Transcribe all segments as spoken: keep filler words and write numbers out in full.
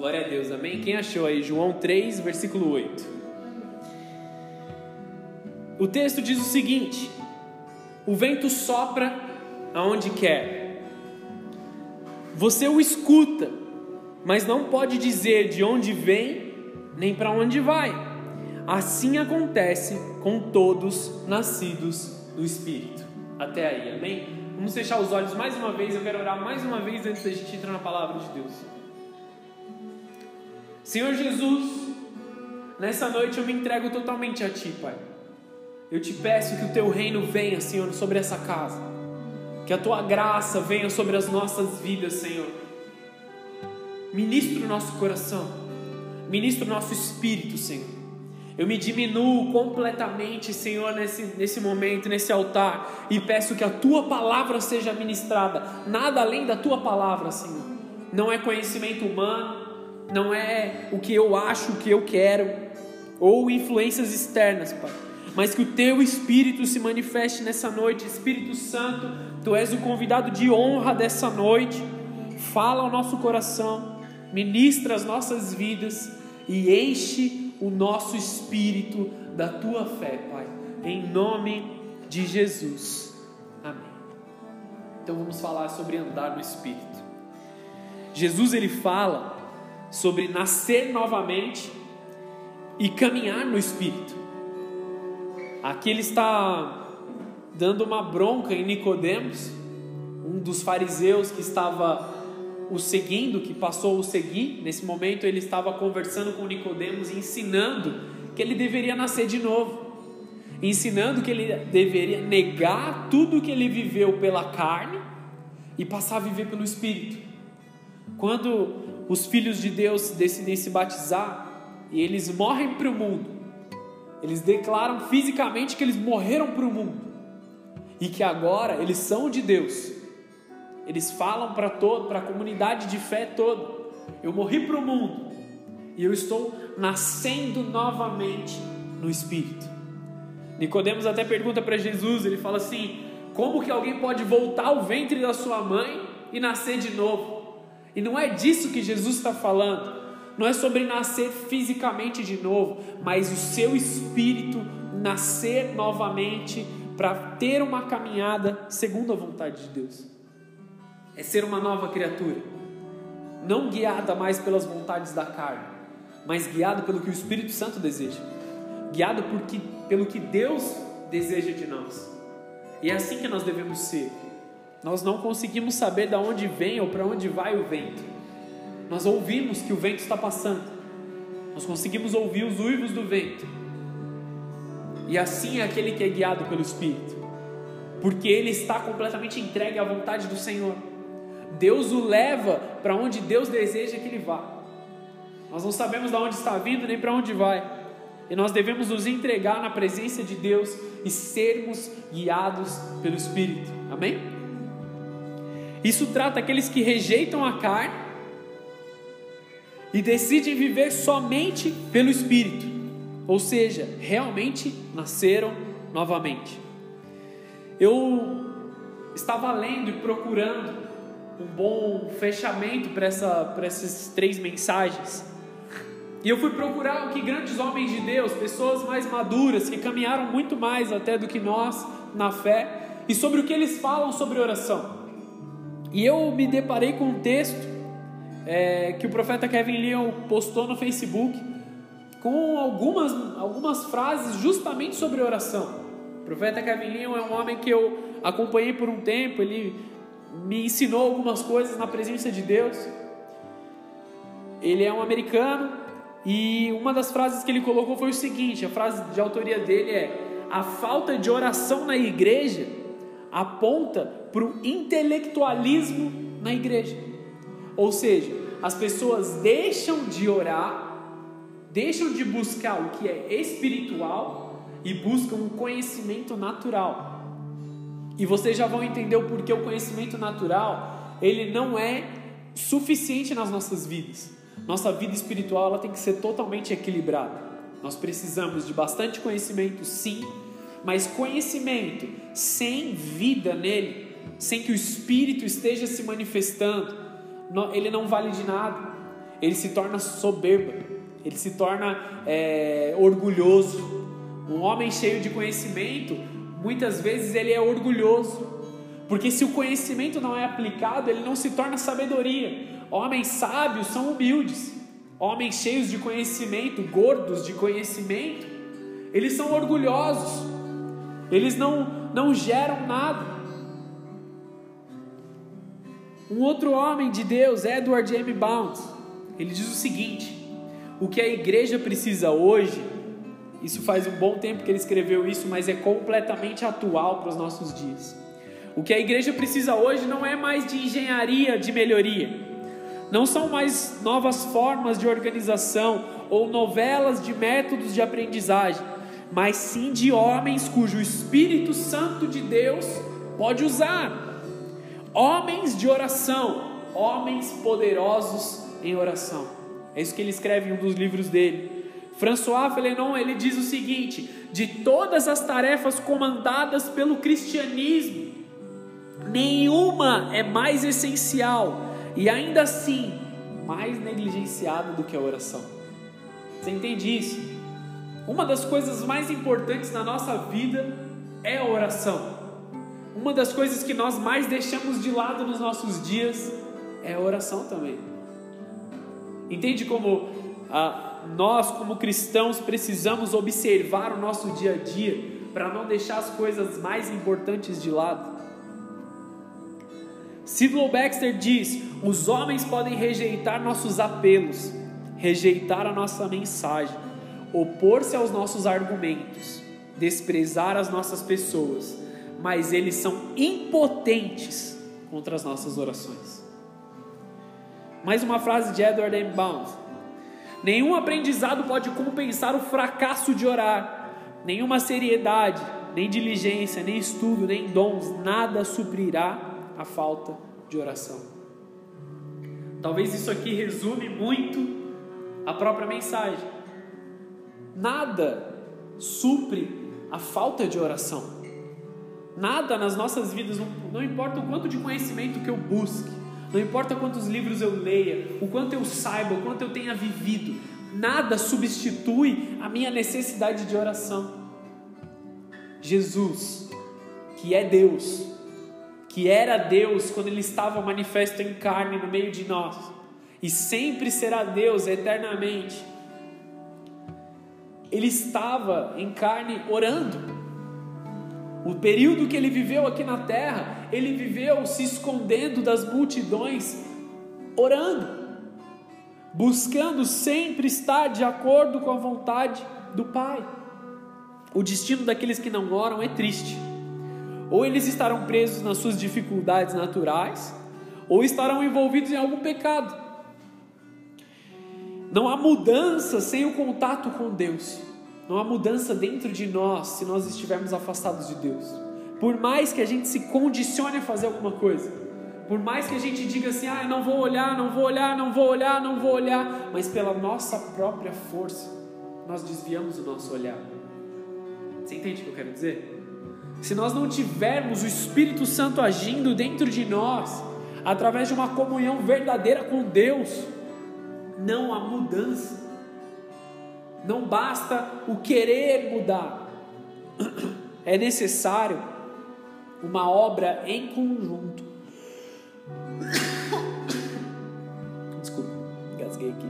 Glória a Deus, amém? Quem achou aí? João três, versículo oito. O texto diz o seguinte: o vento sopra aonde quer. Você o escuta, mas não pode dizer de onde vem, nem para onde vai. Assim acontece com todos nascidos do Espírito. Até aí, amém? Vamos fechar os olhos mais uma vez. Eu quero orar mais uma vez antes da gente entrar na palavra de Deus. Senhor Jesus, nessa noite eu me entrego totalmente a Ti, Pai. Eu te peço que o Teu reino venha, Senhor, sobre essa casa. Que a Tua graça venha sobre as nossas vidas, Senhor. Ministra o nosso coração. Ministra o nosso espírito, Senhor. Eu me diminuo completamente, Senhor, nesse, nesse momento, nesse altar. E peço que a Tua palavra seja ministrada. Nada além da Tua palavra, Senhor. Não é conhecimento humano. Não é o que eu acho, o que eu quero, ou influências externas, Pai, mas que o Teu Espírito se manifeste nessa noite. Espírito Santo, Tu és o convidado de honra dessa noite. Fala ao nosso coração, ministra as nossas vidas e enche o nosso espírito da Tua fé, Pai, em nome de Jesus, amém. Então vamos falar sobre andar no Espírito. Jesus, Ele fala sobre nascer novamente e caminhar no Espírito. Aqui ele está dando uma bronca em Nicodemos, um dos fariseus que estava o seguindo, que passou a o seguir. Nesse momento ele estava conversando com Nicodemos e ensinando que ele deveria nascer de novo, ensinando que ele deveria negar tudo que ele viveu pela carne e passar a viver pelo Espírito. Quando os filhos de Deus decidem se batizar e eles morrem para o mundo, eles declaram fisicamente que eles morreram para o mundo e que agora eles são de Deus. Eles falam para todo, para a comunidade de fé toda: eu morri para o mundo e eu estou nascendo novamente no Espírito. Nicodemos até pergunta para Jesus, ele fala assim: como que alguém pode voltar ao ventre da sua mãe e nascer de novo? E não é disso que Jesus está falando. Não é sobre nascer fisicamente de novo, mas o seu espírito nascer novamente para ter uma caminhada segundo a vontade de Deus. É ser uma nova criatura, não guiada mais pelas vontades da carne, mas guiado pelo que o Espírito Santo deseja, guiado por que, pelo que Deus deseja de nós. E é assim que nós devemos ser. Nós não conseguimos saber de onde vem ou para onde vai o vento. Nós ouvimos que o vento está passando. Nós conseguimos ouvir os uivos do vento. E assim é aquele que é guiado pelo Espírito, porque ele está completamente entregue à vontade do Senhor. Deus o leva para onde Deus deseja que ele vá. Nós não sabemos de onde está vindo nem para onde vai. E nós devemos nos entregar na presença de Deus e sermos guiados pelo Espírito. Amém? Isso trata aqueles que rejeitam a carne e decidem viver somente pelo Espírito, ou seja, realmente nasceram novamente. Eu estava lendo e procurando um bom fechamento para essa, para essas três mensagens, e eu fui procurar o que grandes homens de Deus, pessoas mais maduras, que caminharam muito mais até do que nós na fé, e sobre o que eles falam sobre oração. E eu me deparei com um texto é, que o profeta Kevin Leon postou no Facebook, com algumas, algumas frases justamente sobre oração. O profeta Kevin Leon é um homem que eu acompanhei por um tempo. Ele me ensinou algumas coisas na presença de Deus. Ele é um americano e uma das frases que ele colocou foi o seguinte: a frase de autoria dele é: a falta de oração na igreja aponta para o intelectualismo na igreja. Ou seja, as pessoas deixam de orar, deixam de buscar o que é espiritual e buscam um conhecimento natural. E vocês já vão entender o porquê o conhecimento natural ele não é suficiente nas nossas vidas. Nossa vida espiritual ela tem que ser totalmente equilibrada. Nós precisamos de bastante conhecimento, sim, mas conhecimento sem vida nele, sem que o Espírito esteja se manifestando, ele não vale de nada. ele se torna soberba, ele se torna é, orgulhoso. Um homem cheio de conhecimento, muitas vezes ele é orgulhoso, porque se o conhecimento não é aplicado, ele não se torna sabedoria. Homens sábios são humildes, homens cheios de conhecimento, gordos de conhecimento, eles são orgulhosos, eles não, não geram nada. Um outro homem de Deus, Edward M. Bounds, ele diz o seguinte: o que a igreja precisa hoje, isso faz um bom tempo que ele escreveu isso, mas é completamente atual para os nossos dias. O que a igreja precisa hoje não é mais de engenharia de melhoria, não são mais novas formas de organização ou novelas de métodos de aprendizagem, mas sim de homens cujo Espírito Santo de Deus pode usar. Homens de oração, homens poderosos em oração. É isso que ele escreve em um dos livros dele. François Félinon, ele diz o seguinte: de todas as tarefas comandadas pelo cristianismo, nenhuma é mais essencial e ainda assim mais negligenciada do que a oração. Você entende isso? Uma das coisas mais importantes na nossa vida é a oração. Uma das coisas que nós mais deixamos de lado nos nossos dias é a oração também. Entende como ah, nós, como cristãos, precisamos observar o nosso dia a dia para não deixar as coisas mais importantes de lado? Sidlow Baxter diz: os homens podem rejeitar nossos apelos, rejeitar a nossa mensagem, opor-se aos nossos argumentos, desprezar as nossas pessoas, mas eles são impotentes contra as nossas orações. Mais uma frase de Edward M. Bounds: nenhum aprendizado pode compensar o fracasso de orar, nenhuma seriedade, nem diligência, nem estudo, nem dons, nada suprirá a falta de oração. Talvez isso aqui resume muito a própria mensagem. Nada supre a falta de oração. Nada nas nossas vidas, não, não importa o quanto de conhecimento que eu busque, não importa quantos livros eu leia, o quanto eu saiba, o quanto eu tenha vivido, nada substitui a minha necessidade de oração. Jesus, que é Deus, que era Deus quando Ele estava manifesto em carne no meio de nós, e sempre será Deus eternamente, Ele estava em carne orando. O período que Ele viveu aqui na terra, Ele viveu se escondendo das multidões, orando, buscando sempre estar de acordo com a vontade do Pai. O destino daqueles que não oram é triste. Ou eles estarão presos nas suas dificuldades naturais, ou estarão envolvidos em algum pecado. Não há mudança sem o contato com Deus. Não há mudança dentro de nós se nós estivermos afastados de Deus. Por mais que a gente se condicione a fazer alguma coisa, por mais que a gente diga assim: ah, não vou olhar, não vou olhar, não vou olhar, não vou olhar, mas pela nossa própria força, nós desviamos o nosso olhar. Você entende o que eu quero dizer? Se nós não tivermos o Espírito Santo agindo dentro de nós, através de uma comunhão verdadeira com Deus, não há mudança. Não basta o querer mudar, é necessário uma obra em conjunto. Desculpa, engasguei aqui.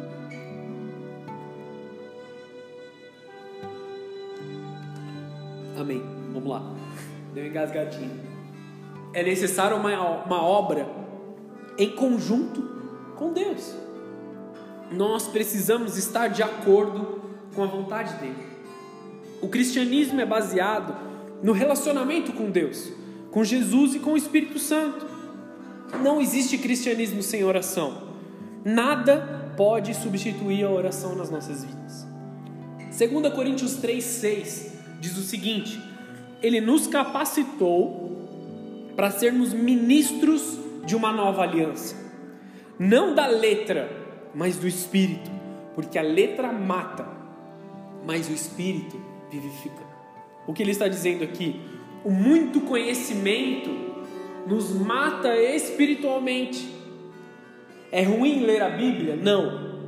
Amém, vamos lá, deu engasgadinho. É necessário uma, uma obra em conjunto com Deus. Nós precisamos estar de acordo com a vontade dele. O cristianismo é baseado no relacionamento com Deus, com Jesus e com o Espírito Santo. Não existe cristianismo sem oração. Nada pode substituir a oração nas nossas vidas. Segunda Coríntios três, seis diz o seguinte: Ele nos capacitou para sermos ministros de uma nova aliança, não da letra, mas do Espírito, porque a letra mata, mas o Espírito vivifica. O que ele está dizendo aqui? O muito conhecimento nos mata espiritualmente. É ruim ler a Bíblia? Não.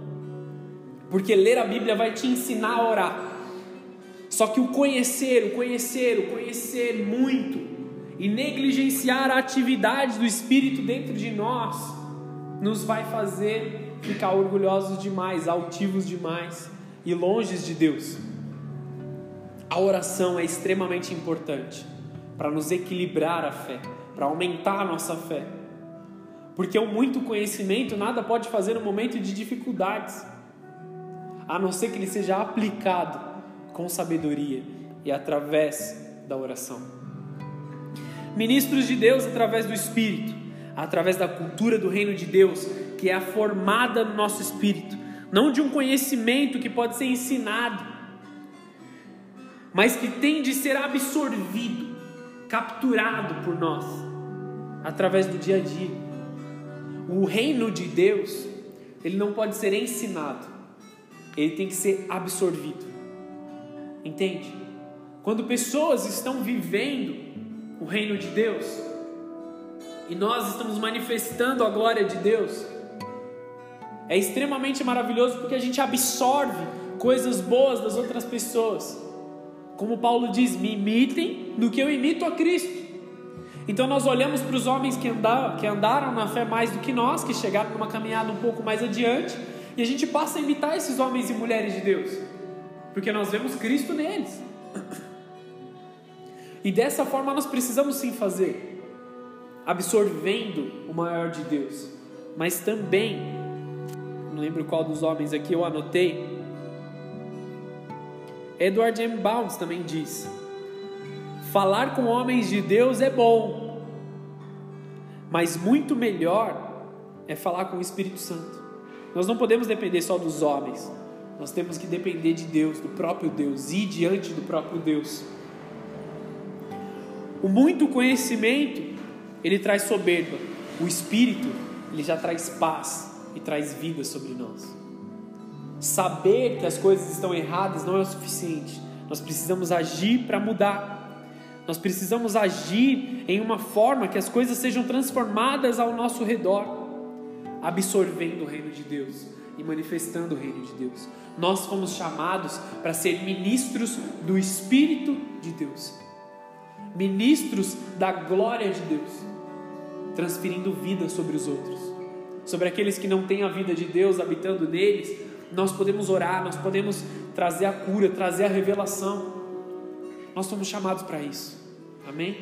Porque ler a Bíblia vai te ensinar a orar. Só que o conhecer, o conhecer, o conhecer muito e negligenciar a atividade do Espírito dentro de nós nos vai fazer ficar orgulhosos demais, altivos demais e longes de Deus. A oração é extremamente importante para nos equilibrar a fé, para aumentar a nossa fé. Porque o muito conhecimento nada pode fazer no momento de dificuldades, a não ser que ele seja aplicado com sabedoria e através da oração. Ministros de Deus através do Espírito, através da cultura do reino de Deus, que é a formada no nosso espírito, não de um conhecimento que pode ser ensinado, mas que tem de ser absorvido, capturado por nós, através do dia a dia. O reino de Deus, ele não pode ser ensinado, ele tem que ser absorvido. Entende? Quando pessoas estão vivendo o reino de Deus e nós estamos manifestando a glória de Deus, é extremamente maravilhoso porque a gente absorve coisas boas das outras pessoas. Como Paulo diz, me imitem no que eu imito a Cristo. Então nós olhamos para os homens que andaram, que andaram na fé mais do que nós, que chegaram numa caminhada um pouco mais adiante, e a gente passa a imitar esses homens e mulheres de Deus, porque nós vemos Cristo neles. E dessa forma nós precisamos sim fazer, absorvendo o maior de Deus. Mas também, não lembro qual dos homens aqui eu anotei, Edward M. Bounds também diz: falar com homens de Deus é bom, mas muito melhor é falar com o Espírito Santo. Nós não podemos depender só dos homens, nós temos que depender de Deus, do próprio Deus, ir diante do próprio Deus. O muito conhecimento, ele traz soberba. O Espírito, ele já traz paz e traz vida sobre nós. Saber que as coisas estão erradas não é o suficiente. Nós precisamos agir para mudar. Nós precisamos agir em uma forma que as coisas sejam transformadas ao nosso redor, absorvendo o reino de Deus e manifestando o reino de Deus. Nós fomos chamados para ser ministros do Espírito de Deus, ministros da glória de Deus, transferindo vida sobre os outros, sobre aqueles que não têm a vida de Deus habitando neles. Nós podemos orar, nós podemos trazer a cura, trazer a revelação. Nós somos chamados para isso, amém?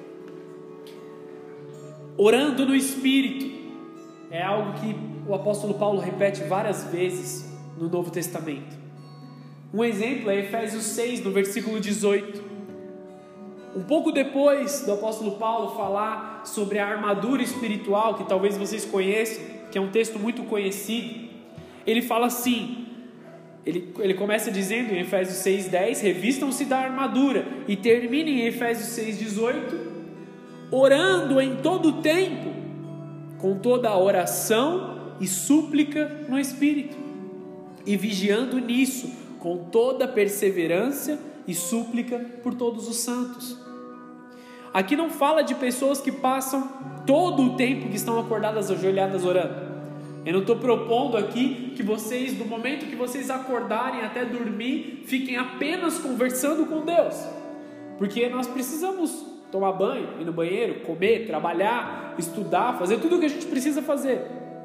Orando no Espírito é algo que o apóstolo Paulo repete várias vezes no Novo Testamento. Um exemplo é Efésios seis, no versículo dezoito. Um pouco depois do apóstolo Paulo falar sobre a armadura espiritual, que talvez vocês conheçam, que é um texto muito conhecido, ele fala assim, ele, ele começa dizendo em Efésios seis, dez, revistam-se da armadura, e termina em Efésios seis, dezoito, orando em todo o tempo, com toda a oração e súplica no Espírito, e vigiando nisso, com toda perseverança e súplica por todos os santos. Aqui não fala de pessoas que passam todo o tempo que estão acordadas, ajoelhadas, orando. Eu não estou propondo aqui que vocês, do momento que vocês acordarem até dormir, fiquem apenas conversando com Deus, porque nós precisamos tomar banho, ir no banheiro, comer, trabalhar, estudar, fazer tudo o que a gente precisa fazer.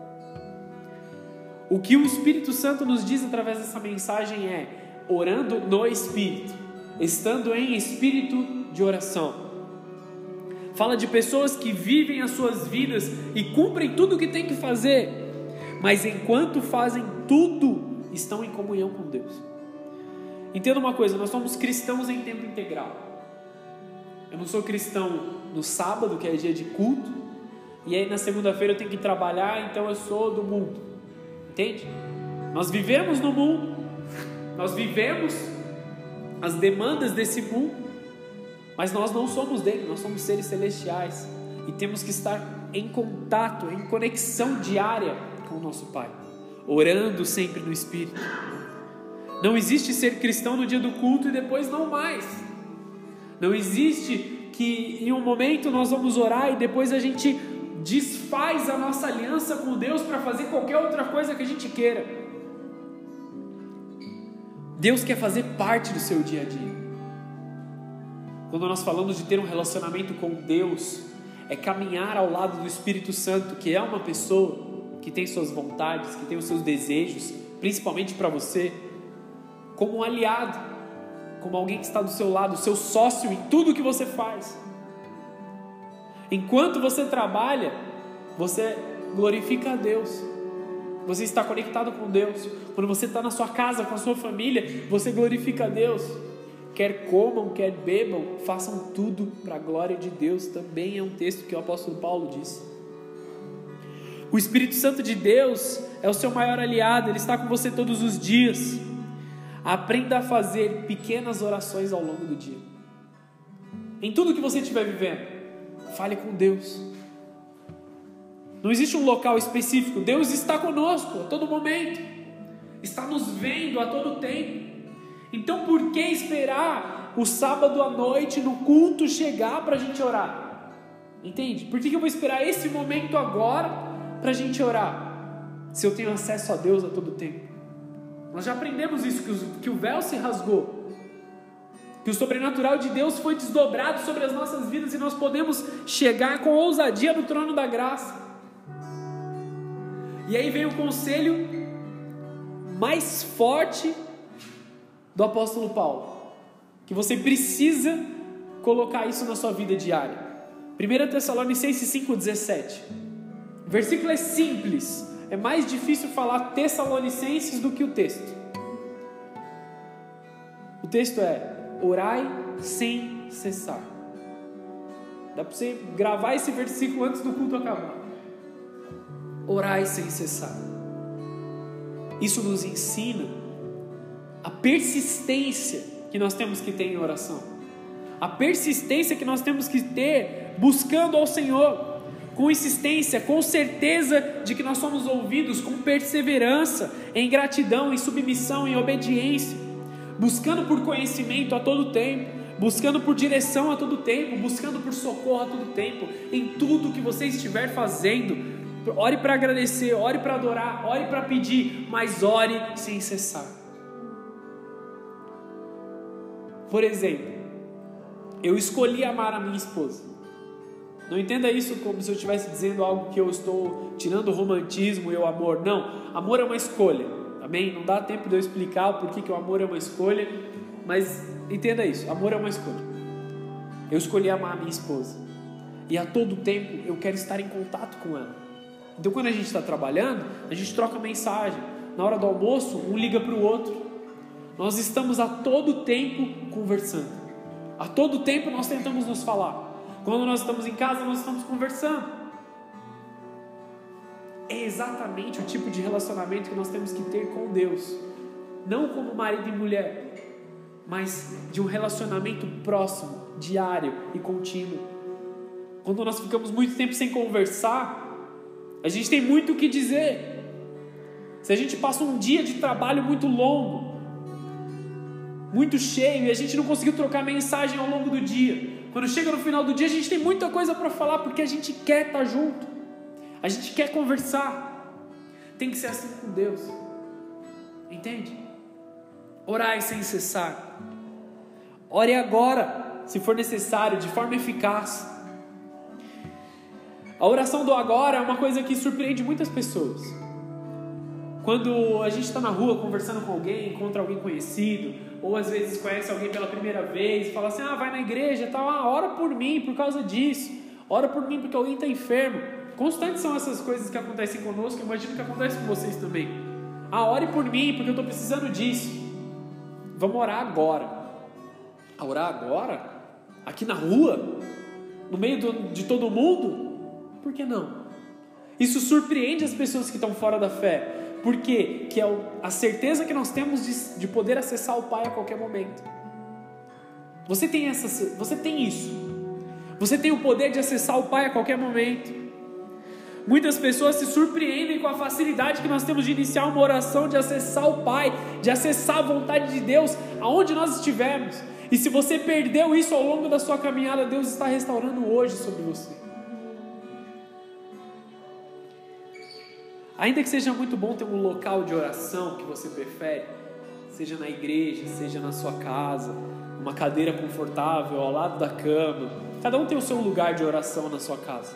O que o Espírito Santo nos diz através dessa mensagem é: orando no Espírito, estando em espírito de oração. Fala de pessoas que vivem as suas vidas e cumprem tudo o que tem que fazer, mas enquanto fazem tudo, estão em comunhão com Deus. Entenda uma coisa, nós somos cristãos em tempo integral. Eu não sou cristão no sábado, que é dia de culto, e aí na segunda-feira eu tenho que trabalhar, então eu sou do mundo. Entende? Nós vivemos no mundo, nós vivemos as demandas desse mundo, mas nós não somos dele, nós somos seres celestiais e temos que estar em contato, em conexão diária com o nosso Pai, orando sempre no Espírito. Não existe ser cristão no dia do culto e depois não mais. Não existe que em um momento nós vamos orar e depois a gente desfaz a nossa aliança com Deus para fazer qualquer outra coisa que a gente queira. Deus quer fazer parte do seu dia a dia. Quando nós falamos de ter um relacionamento com Deus, é caminhar ao lado do Espírito Santo, que é uma pessoa que tem suas vontades, que tem os seus desejos, principalmente para você, como um aliado, como alguém que está do seu lado, seu sócio em tudo que você faz. Enquanto você trabalha, você glorifica a Deus, você está conectado com Deus. Quando você está na sua casa, com a sua família, você glorifica a Deus. Quer comam, quer bebam, façam tudo para a glória de Deus. Também é um texto que o apóstolo Paulo disse. O Espírito Santo de Deus é o seu maior aliado, ele está com você todos os dias. Aprenda a fazer pequenas orações ao longo do dia. Em tudo que você estiver vivendo, fale com Deus. Não existe um local específico. Deus está conosco a todo momento, está nos vendo a todo tempo. Então por que esperar o sábado à noite no culto chegar para a gente orar? Entende? Por que que eu vou esperar esse momento agora para a gente orar, se eu tenho acesso a Deus a todo tempo? Nós já aprendemos isso, que, os, que o véu se rasgou, que o sobrenatural de Deus foi desdobrado sobre as nossas vidas, e nós podemos chegar com ousadia no trono da graça. E aí vem o conselho mais forte do apóstolo Paulo, que você precisa colocar isso na sua vida diária. primeira Tessalonicenses cinco, dezessete. O versículo é simples, é mais difícil falar Tessalonicenses do que o texto. O texto é: orai sem cessar. Dá para você gravar esse versículo antes do culto acabar. Orai sem cessar. Isso nos ensina a persistência que nós temos que ter em oração, a persistência que nós temos que ter buscando ao Senhor, com insistência, com certeza de que nós somos ouvidos, com perseverança, em gratidão, em submissão, em obediência, buscando por conhecimento a todo tempo, buscando por direção a todo tempo, buscando por socorro a todo tempo. Em tudo que você estiver fazendo, ore para agradecer, ore para adorar, ore para pedir, mas ore sem cessar. Por exemplo, eu escolhi amar a minha esposa. Não entenda isso como se eu estivesse dizendo algo que eu estou tirando o romantismo e o amor. Não, amor é uma escolha, amém? Não dá tempo de eu explicar o porquê que o amor é uma escolha, mas entenda isso, amor é uma escolha. Eu escolhi amar a minha esposa, e a todo tempo eu quero estar em contato com ela. Então quando a gente está trabalhando, a gente troca mensagem. Na hora do almoço, um liga para o outro. Nós estamos a todo tempo conversando. A todo tempo nós tentamos nos falar. Quando nós estamos em casa, nós estamos conversando. É exatamente o tipo de relacionamento que nós temos que ter com Deus. Não como marido e mulher, mas de um relacionamento próximo, diário e contínuo. Quando nós ficamos muito tempo sem conversar, a gente tem muito o que dizer. Se a gente passa um dia de trabalho muito longo, muito cheio, e a gente não conseguiu trocar mensagem ao longo do dia, quando chega no final do dia, a gente tem muita coisa para falar, porque a gente quer estar junto, a gente quer conversar. Tem que ser assim com Deus, entende? Orai sem cessar. Ore agora, se for necessário, de forma eficaz. A oração do agora é uma coisa que surpreende muitas pessoas. Quando a gente está na rua conversando com alguém, encontra alguém conhecido, ou às vezes conhece alguém pela primeira vez, e fala assim: ah, vai na igreja e tal, ah, ora por mim por causa disso, ora por mim porque alguém está enfermo. Constantes são essas coisas que acontecem conosco, imagino que acontece com vocês também. Ah, ore por mim porque eu estou precisando disso. Vamos orar agora. A orar agora? Aqui na rua? No meio do, de todo mundo? Por que não? Isso surpreende as pessoas que estão fora da fé. Por quê? Que é a certeza que nós temos de, de poder acessar o Pai a qualquer momento. Você tem, essa, você tem isso. Você tem o poder de acessar o Pai a qualquer momento. Muitas pessoas se surpreendem com a facilidade que nós temos de iniciar uma oração, de acessar o Pai, de acessar a vontade de Deus, aonde nós estivermos. E se você perdeu isso ao longo da sua caminhada, Deus está restaurando hoje sobre você. Ainda que seja muito bom ter um local de oração que você prefere, seja na igreja, seja na sua casa, uma cadeira confortável ao lado da cama. Cada um tem o seu lugar de oração na sua casa.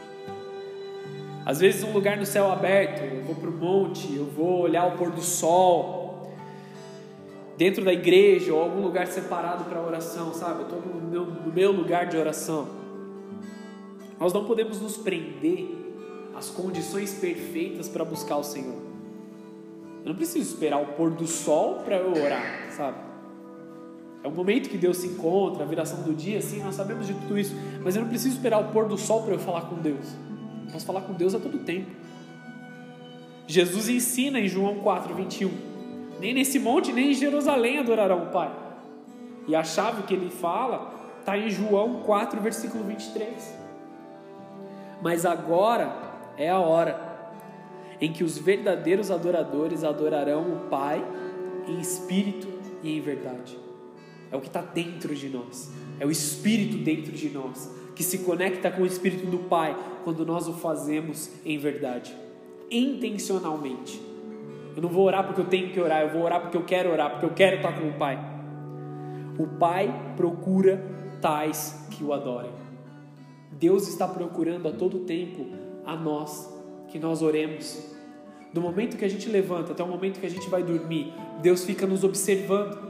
Às vezes um lugar no céu aberto, eu vou para o monte, eu vou olhar o pôr do sol, dentro da igreja ou algum lugar separado para oração, sabe? Eu estou no meu, no meu lugar de oração. Nós não podemos nos prender às condições perfeitas para buscar o Senhor. Eu não preciso esperar o pôr do sol para eu orar, sabe? É o momento que Deus se encontra, a viração do dia, sim, nós sabemos de tudo isso, mas eu não preciso esperar o pôr do sol para eu falar com Deus. Eu posso falar com Deus a todo tempo. Jesus ensina em João quatro, vinte e um, nem nesse monte, nem em Jerusalém adorarão o Pai. E a chave que ele fala está em João quatro, versículo vinte e três. Mas agora é a hora em que os verdadeiros adoradores adorarão o Pai em espírito e em verdade. É o que está dentro de nós, é o Espírito dentro de nós, que se conecta com o Espírito do Pai quando nós o fazemos em verdade, intencionalmente. Eu não vou orar porque eu tenho que orar, eu vou orar porque eu quero orar, porque eu quero estar com o Pai. O Pai procura tais que o adorem. Deus está procurando a todo tempo a nós, que nós oremos. Do momento que a gente levanta até o momento que a gente vai dormir, Deus fica nos observando.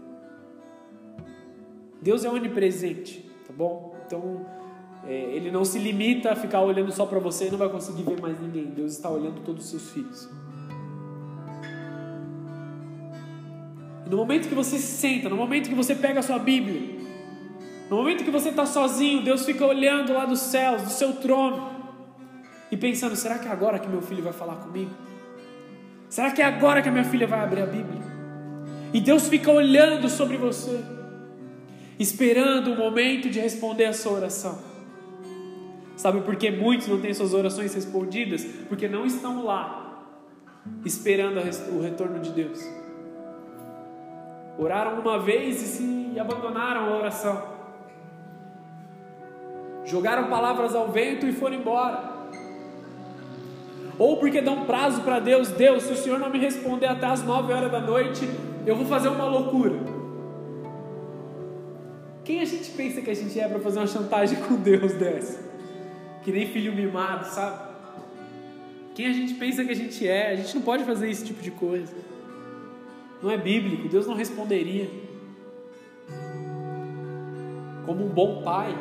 Deus é onipresente, tá bom? Então, é, Ele não se limita a ficar olhando só para você e não vai conseguir ver mais ninguém. Deus está olhando todos os seus filhos. E no momento que você se senta, no momento que você pega a sua Bíblia, no momento que você está sozinho, Deus fica olhando lá dos céus, do seu trono, e pensando, será que é agora que meu filho vai falar comigo? Será que é agora que a minha filha vai abrir a Bíblia? E Deus fica olhando sobre você, esperando o momento de responder a sua oração. Sabe por que muitos não têm suas orações respondidas? Porque não estão lá, esperando o retorno de Deus. Oraram uma vez e se abandonaram a oração. Jogaram palavras ao vento e foram embora. Ou porque dão prazo para Deus. Deus, se o Senhor não me responder até as nove horas da noite, eu vou fazer uma loucura. Quem a gente pensa que a gente é para fazer uma chantagem com Deus dessa? Que nem filho mimado, sabe? Quem a gente pensa que a gente é? A gente não pode fazer esse tipo de coisa. Não é bíblico, Deus não responderia. Como um bom pai,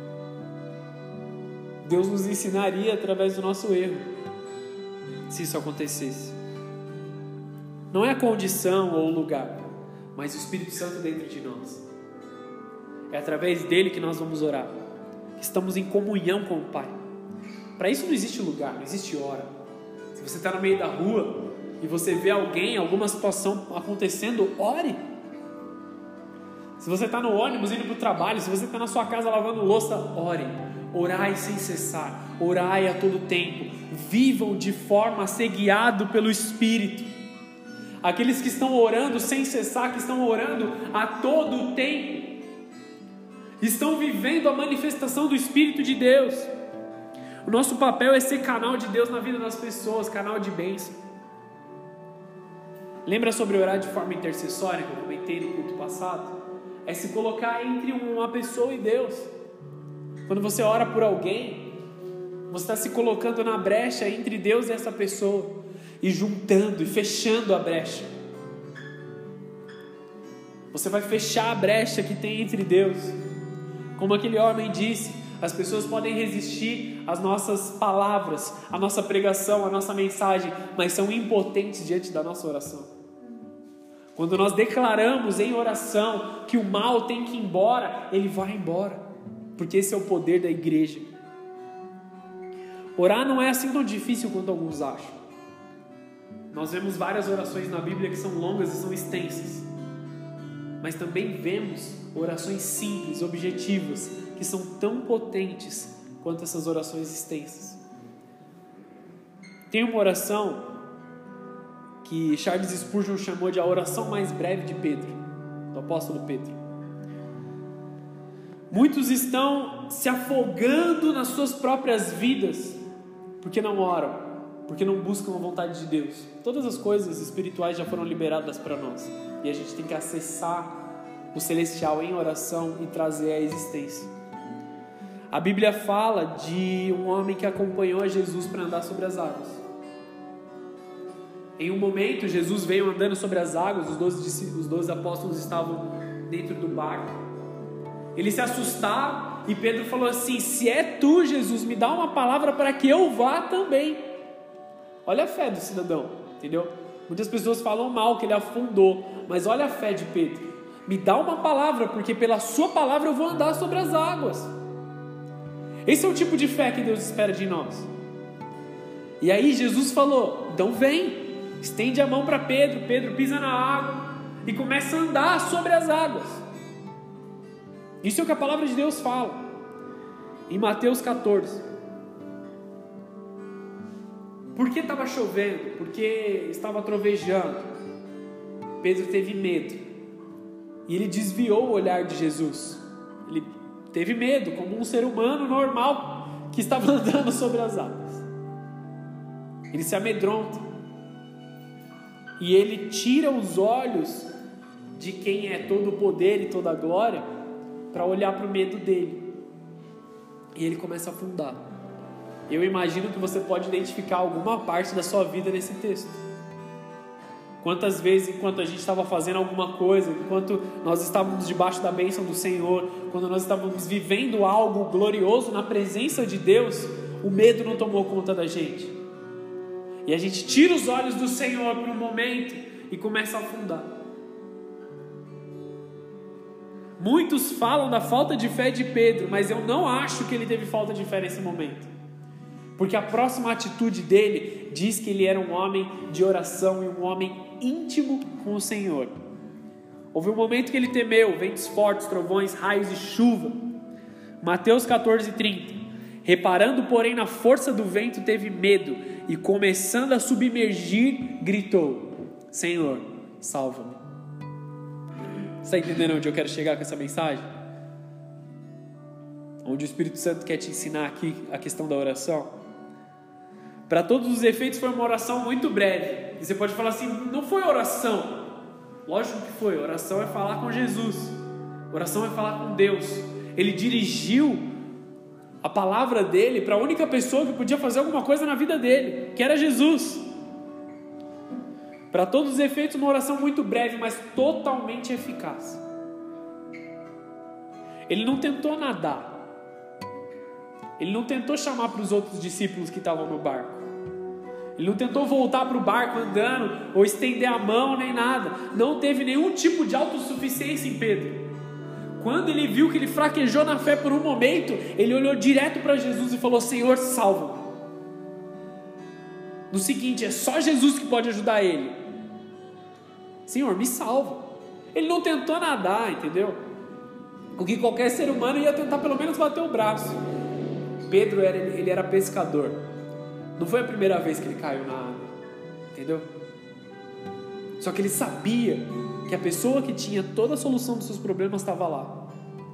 Deus nos ensinaria através do nosso erro, se isso acontecesse. Não é a condição ou o lugar, mas o Espírito Santo dentro de nós. É através dele que nós vamos orar. Estamos em comunhão com o Pai. Para isso não existe lugar, não existe hora. Se você está no meio da rua e você vê alguém, alguma situação acontecendo, ore. Se você está no ônibus indo para o trabalho, se você está na sua casa lavando louça, ore. Orai sem cessar, orai a todo tempo. Vivam de forma a ser guiado pelo Espírito. Aqueles que estão orando sem cessar, que estão orando a todo tempo, estão vivendo a manifestação do Espírito de Deus. O nosso papel é ser canal de Deus na vida das pessoas, canal de bênção. Lembra sobre orar de forma intercessória, que eu comentei no culto passado? É se colocar entre uma pessoa e Deus. Quando você ora por alguém, você está se colocando na brecha entre Deus e essa pessoa, e juntando e fechando a brecha. Você vai fechar a brecha que tem entre Deus. Como aquele homem disse, as pessoas podem resistir às nossas palavras, à nossa pregação, à nossa mensagem, mas são impotentes diante da nossa oração. Quando nós declaramos em oração que o mal tem que ir embora, ele vai embora, porque esse é o poder da igreja. Orar não é assim tão difícil quanto alguns acham. Nós vemos várias orações na Bíblia que são longas e são extensas, mas também vemos orações simples, objetivas, que são tão potentes quanto essas orações extensas. Tem uma oração que Charles Spurgeon chamou de a oração mais breve de Pedro, do apóstolo Pedro. Muitos estão se afogando nas suas próprias vidas porque não oram. porque não buscam a vontade de Deus. Todas as coisas espirituais já foram liberadas para nós, e a gente tem que acessar o celestial em oração e trazer à existência. A Bíblia fala de um homem que acompanhou a Jesus para andar sobre as águas. Em um momento, Jesus veio andando sobre as águas, os doze, os doze apóstolos estavam dentro do barco. Eles se assustaram e Pedro falou assim: se é tu, Jesus, me dá uma palavra para que eu vá também. Olha a fé do cidadão, entendeu? Muitas pessoas falam mal que ele afundou, mas olha a fé de Pedro. Me dá uma palavra, porque pela sua palavra eu vou andar sobre as águas. Esse é o tipo de fé que Deus espera de nós. E aí Jesus falou: então vem. Estende a mão para Pedro. Pedro pisa na água e começa a andar sobre as águas. Isso é o que a palavra de Deus fala em Mateus catorze. Por que estava chovendo? Porque estava trovejando. Pedro teve medo e ele desviou o olhar de Jesus. Ele teve medo, como um ser humano normal que estava andando sobre as águas. Ele se amedronta e ele tira os olhos de quem é todo o poder e toda a glória para olhar para o medo dele, e ele começa a afundar. Eu imagino que você pode identificar alguma parte da sua vida nesse texto. Quantas vezes, enquanto a gente estava fazendo alguma coisa, enquanto nós estávamos debaixo da bênção do Senhor, quando nós estávamos vivendo algo glorioso na presença de Deus, o medo não tomou conta da gente, e a gente tira os olhos do Senhor por um momento e começa a afundar. Muitos falam da falta de fé de Pedro, mas eu não acho que ele teve falta de fé nesse momento, porque a próxima atitude dele diz que ele era um homem de oração e um homem íntimo com o Senhor. Houve um momento que ele temeu, ventos fortes, trovões, raios e chuva. Mateus catorze, trinta. Reparando, porém, na força do vento, teve medo e, começando a submergir, gritou: Senhor, salva-me. Você está entendendo onde eu quero chegar com essa mensagem? Onde o Espírito Santo quer te ensinar aqui a questão da oração? Para todos os efeitos foi uma oração muito breve. E você pode falar assim: não foi oração. Lógico que foi. Oração é falar com Jesus. Oração é falar com Deus. Ele dirigiu a palavra dele para a única pessoa que podia fazer alguma coisa na vida dele, que era Jesus. Para todos os efeitos, uma oração muito breve, mas totalmente eficaz. Ele não tentou nadar. Ele não tentou chamar para os outros discípulos que estavam no barco. Ele não tentou voltar para o barco andando, ou estender a mão, nem nada. Não teve nenhum tipo de autossuficiência em Pedro. Quando ele viu que ele fraquejou na fé por um momento, ele olhou direto para Jesus e falou: Senhor, salva-me. No seguinte, é só Jesus que pode ajudar ele. Senhor, me salva. Ele não tentou nadar, entendeu? O que qualquer ser humano ia tentar pelo menos bater o braço. Pedro era, ele era pescador. Não foi a primeira vez que ele caiu na água, entendeu? Só que ele sabia que a pessoa que tinha toda a solução dos seus problemas estava lá.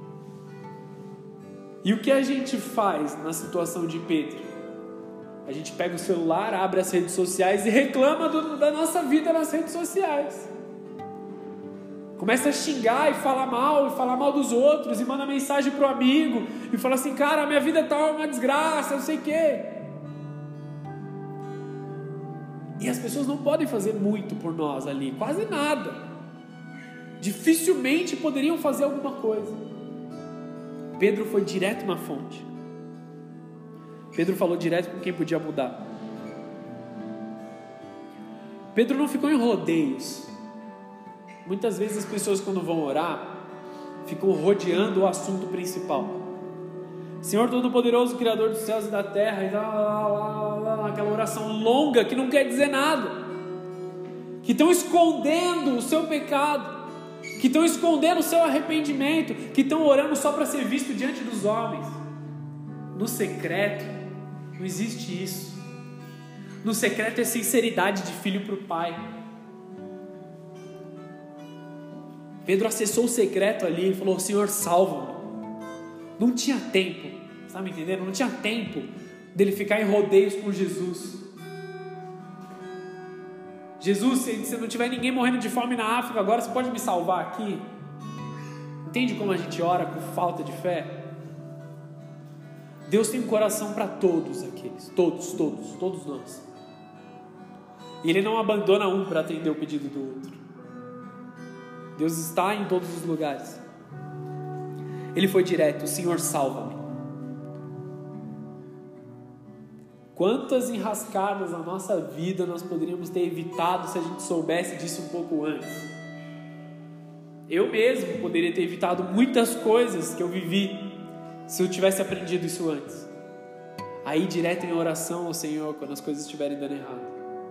E o que a gente faz na situação de Pedro? A gente pega o celular, abre as redes sociais e reclama do, da nossa vida nas redes sociais. Começa a xingar e falar mal, e falar mal dos outros, e manda mensagem pro amigo, e fala assim: cara, a minha vida tá uma desgraça, não sei o quê. E as pessoas não podem fazer muito por nós ali, quase nada. Dificilmente poderiam fazer alguma coisa. Pedro foi direto na fonte. Pedro falou direto com quem podia mudar. Pedro não ficou em rodeios. Muitas vezes as pessoas, quando vão orar, ficam rodeando o assunto principal. Senhor Todo-Poderoso, Criador dos céus e da terra, e lá, lá, lá, lá, lá, aquela oração longa que não quer dizer nada, que estão escondendo o seu pecado, que estão escondendo o seu arrependimento, que estão orando só para ser visto diante dos homens. No secreto não existe isso. No secreto é sinceridade de filho para o pai. Pedro acessou o secreto ali e falou: Senhor, salva-me. Não tinha tempo, está me entendendo? Não tinha tempo dele ficar em rodeios com Jesus. Jesus, se não tiver ninguém morrendo de fome na África agora, você pode me salvar aqui? Entende como a gente ora com falta de fé? Deus tem um coração para todos aqueles, todos, todos, todos nós. E Ele não abandona um para atender o pedido do outro. Deus está em todos os lugares. Ele foi direto: Senhor, salva-me. Quantas enrascadas na nossa vida nós poderíamos ter evitado se a gente soubesse disso um pouco antes? Eu mesmo poderia ter evitado muitas coisas que eu vivi se eu tivesse aprendido isso antes. Aí direto em oração ao Senhor quando as coisas estiverem dando errado.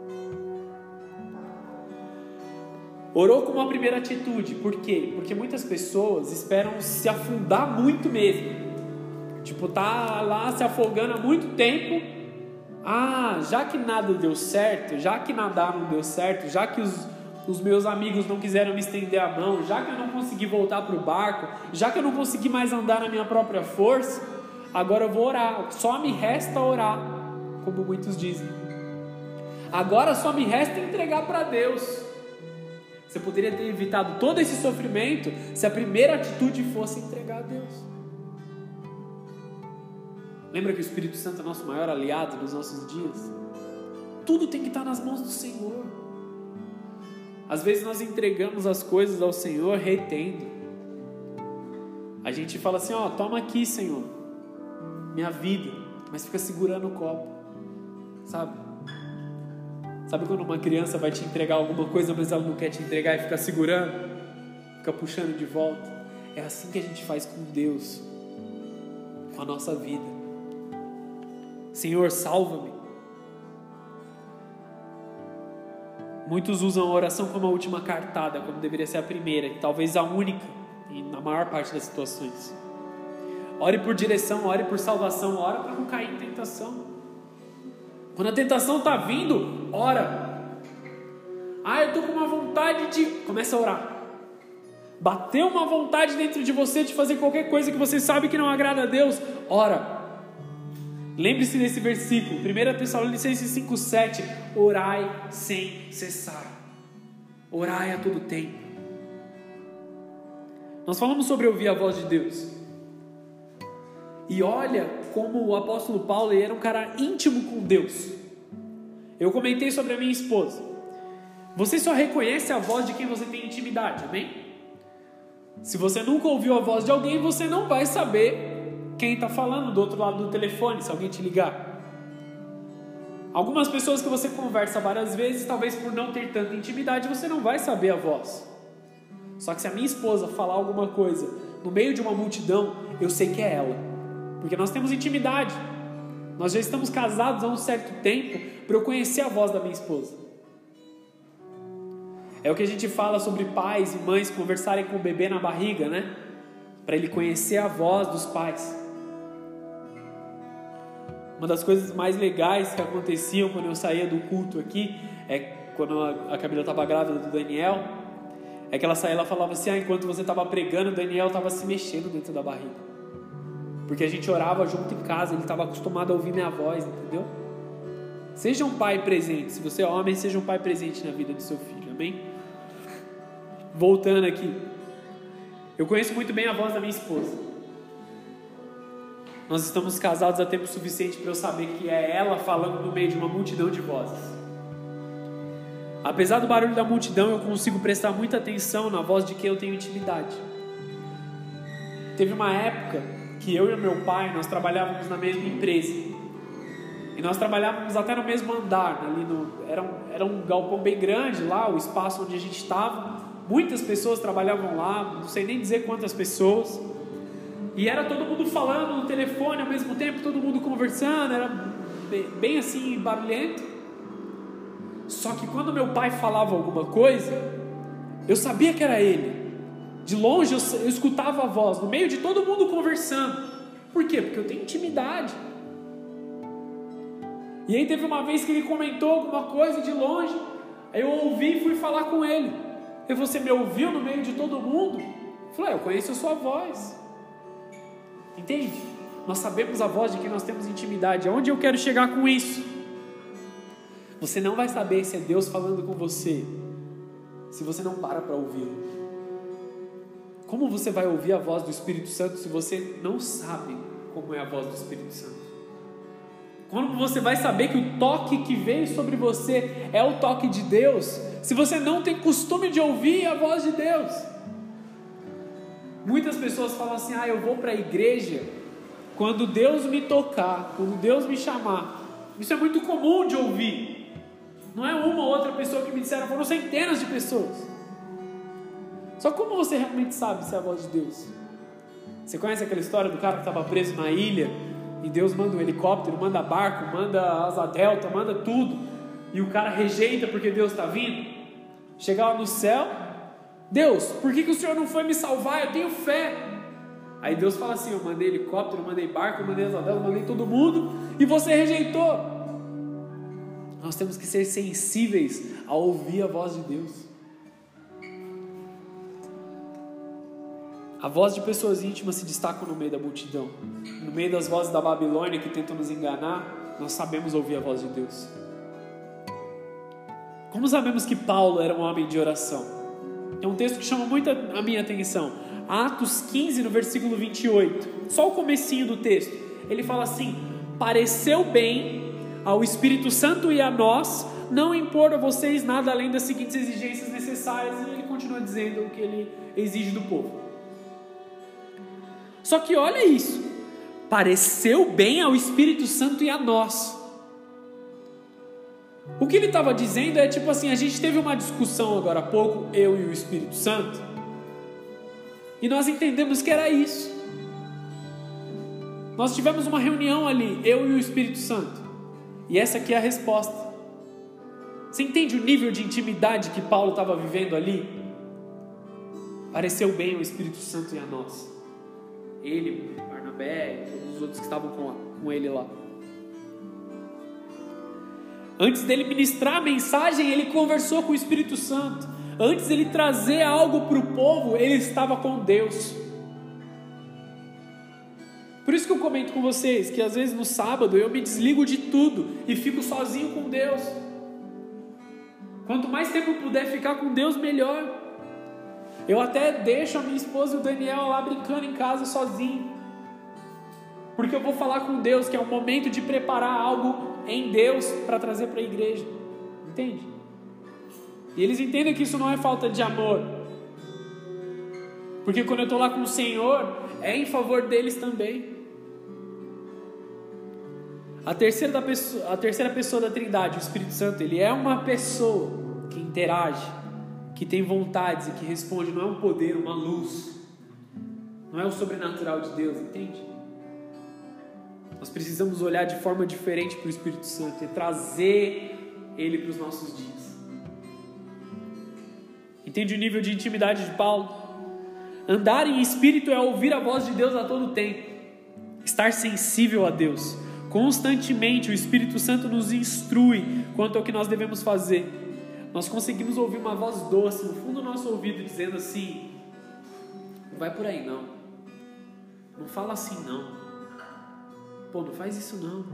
Orou com uma primeira atitude. Por quê? Porque muitas pessoas esperam se afundar muito mesmo. Tipo, tá lá se afogando há muito tempo. Ah, já que nada deu certo, já que nadar não deu certo, já que os, os meus amigos não quiseram me estender a mão, já que eu não consegui voltar para o barco, já que eu não consegui mais andar na minha própria força, agora eu vou orar. Só me resta orar, como muitos dizem. Agora só me resta entregar para Deus. Você poderia ter evitado todo esse sofrimento se a primeira atitude fosse entregar a Deus. Lembra que o Espírito Santo é nosso maior aliado nos nossos dias? Tudo tem que estar nas mãos do Senhor. Às vezes nós entregamos as coisas ao Senhor retendo. A gente fala assim, ó, toma aqui, Senhor, minha vida, mas fica segurando o copo, sabe? Sabe quando uma criança vai te entregar alguma coisa, mas ela não quer te entregar e fica segurando, fica puxando de volta? É assim que a gente faz com Deus, com a nossa vida. Senhor, salva-me. Muitos usam a oração como a última cartada, como deveria ser a primeira, e talvez a única, e na maior parte das situações. Ore por direção, ore por salvação, ore para não cair em tentação. Quando a tentação está vindo, ora. Ah, eu estou com uma vontade de... Começa a orar. Bateu uma vontade dentro de você de fazer qualquer coisa que você sabe que não agrada a Deus, ora. Lembre-se desse versículo, primeira Tessalonicenses cinco, sete. Orai sem cessar. Orai a todo tempo. Nós falamos sobre ouvir a voz de Deus. E olha como o apóstolo Paulo ele era um cara íntimo com Deus. Eu comentei sobre a minha esposa. Você só reconhece a voz de quem você tem intimidade, amém? Se você nunca ouviu a voz de alguém, você não vai saber quem está falando do outro lado do telefone, se alguém te ligar. Algumas pessoas que você conversa várias vezes, talvez por não ter tanta intimidade, você não vai saber a voz. Só que se a minha esposa falar alguma coisa no meio de uma multidão, eu sei que é ela. Porque nós temos intimidade. Nós já estamos casados há um certo tempo para eu conhecer a voz da minha esposa. É o que a gente fala sobre pais e mães conversarem com o bebê na barriga, né? Para ele conhecer a voz dos pais. Uma das coisas mais legais que aconteciam quando eu saía do culto aqui, é quando a Camila estava grávida do Daniel, é que ela saía e ela falava assim, ah, enquanto você estava pregando, o Daniel estava se mexendo dentro da barriga. Porque a gente orava junto em casa, ele estava acostumado a ouvir minha voz, entendeu? Seja um pai presente, se você é homem, seja um pai presente na vida do seu filho, amém? Voltando aqui, eu conheço muito bem a voz da minha esposa. Nós estamos casados há tempo suficiente para eu saber que é ela falando no meio de uma multidão de vozes. Apesar do barulho da multidão, eu consigo prestar muita atenção na voz de quem eu tenho intimidade. Teve uma época que eu e o meu pai, nós trabalhávamos na mesma empresa. E nós trabalhávamos até no mesmo andar. Ali no, era, um, era um galpão bem grande lá, o espaço onde a gente estava. Muitas pessoas trabalhavam lá, não sei nem dizer quantas pessoas. E era todo mundo falando no telefone ao mesmo tempo, todo mundo conversando, era bem, bem assim, barulhento. Só que quando meu pai falava alguma coisa, eu sabia que era ele. De longe eu, eu escutava a voz, no meio de todo mundo conversando. Por quê? Porque eu tenho intimidade. E aí teve uma vez que ele comentou alguma coisa de longe, aí eu ouvi e fui falar com ele. E você me ouviu no meio de todo mundo? Eu falei, ah, eu conheço a sua voz. Entende? Nós sabemos a voz de quem nós temos intimidade. Aonde eu quero chegar com isso? Você não vai saber se é Deus falando com você se você não para para ouvi-lo. Como você vai ouvir a voz do Espírito Santo se você não sabe como é a voz do Espírito Santo? Como você vai saber que o toque que veio sobre você é o toque de Deus se você não tem costume de ouvir a voz de Deus? Muitas pessoas falam assim: ah, eu vou para a igreja quando Deus me tocar, quando Deus me chamar. Isso é muito comum de ouvir. Não é uma ou outra pessoa que me disseram, foram centenas de pessoas. Só como você realmente sabe se é a voz de Deus? Você conhece aquela história do cara que estava preso na ilha e Deus manda um helicóptero, manda barco, manda asa delta, manda tudo, e o cara rejeita porque Deus está vindo? Chega lá no céu: Deus, por que, que o Senhor não foi me salvar? Eu tenho fé. Aí Deus fala assim: eu mandei helicóptero, eu mandei barco, eu mandei asa delta, eu mandei todo mundo e você rejeitou. Nós temos que ser sensíveis a ouvir a voz de Deus. A voz de pessoas íntimas se destaca no meio da multidão. No meio das vozes da Babilônia que tentam nos enganar, nós sabemos ouvir a voz de Deus. Como sabemos que Paulo era um homem de oração? Tem um texto que chama muito a minha atenção. Atos quinze, no versículo vinte e oito. Só o comecinho do texto. Ele fala assim: pareceu bem ao Espírito Santo e a nós não impor a vocês nada além das seguintes exigências necessárias. E ele continua dizendo o que ele exige do povo. Só que olha isso: pareceu bem ao Espírito Santo e a nós. O que ele estava dizendo é tipo assim: a gente teve uma discussão agora há pouco, eu e o Espírito Santo, e nós entendemos que era isso. Nós tivemos uma reunião ali, eu e o Espírito Santo, e essa aqui é a resposta. Você entende o nível de intimidade que Paulo estava vivendo ali? Pareceu bem ao Espírito Santo e a nós. Ele, Barnabé, todos os outros que estavam com, com ele lá. Antes dele ministrar a mensagem, ele conversou com o Espírito Santo. Antes dele trazer algo para o povo, ele estava com Deus. Por isso que eu comento com vocês que às vezes no sábado eu me desligo de tudo e fico sozinho com Deus. Quanto mais tempo eu puder ficar com Deus, melhor. Eu até deixo a minha esposa e o Daniel lá brincando em casa sozinho, porque eu vou falar com Deus, que é o momento de preparar algo em Deus para trazer para a igreja. Entende? E eles entendem que isso não é falta de amor, porque quando eu estou lá com o Senhor, é em favor deles também. A terceira, da pessoa, a terceira pessoa da Trindade, o Espírito Santo, ele é uma pessoa que interage, que tem vontades e que responde. Não é um poder, uma luz. Não é o sobrenatural de Deus, entende? Nós precisamos olhar de forma diferente para o Espírito Santo e trazer ele para os nossos dias. Entende o nível de intimidade de Paulo? Andar em espírito é ouvir a voz de Deus a todo tempo. Estar sensível a Deus. Constantemente o Espírito Santo nos instrui quanto ao que nós devemos fazer. Nós conseguimos ouvir uma voz doce no fundo do nosso ouvido dizendo assim: não vai por aí não, não fala assim não, pô, não faz isso não,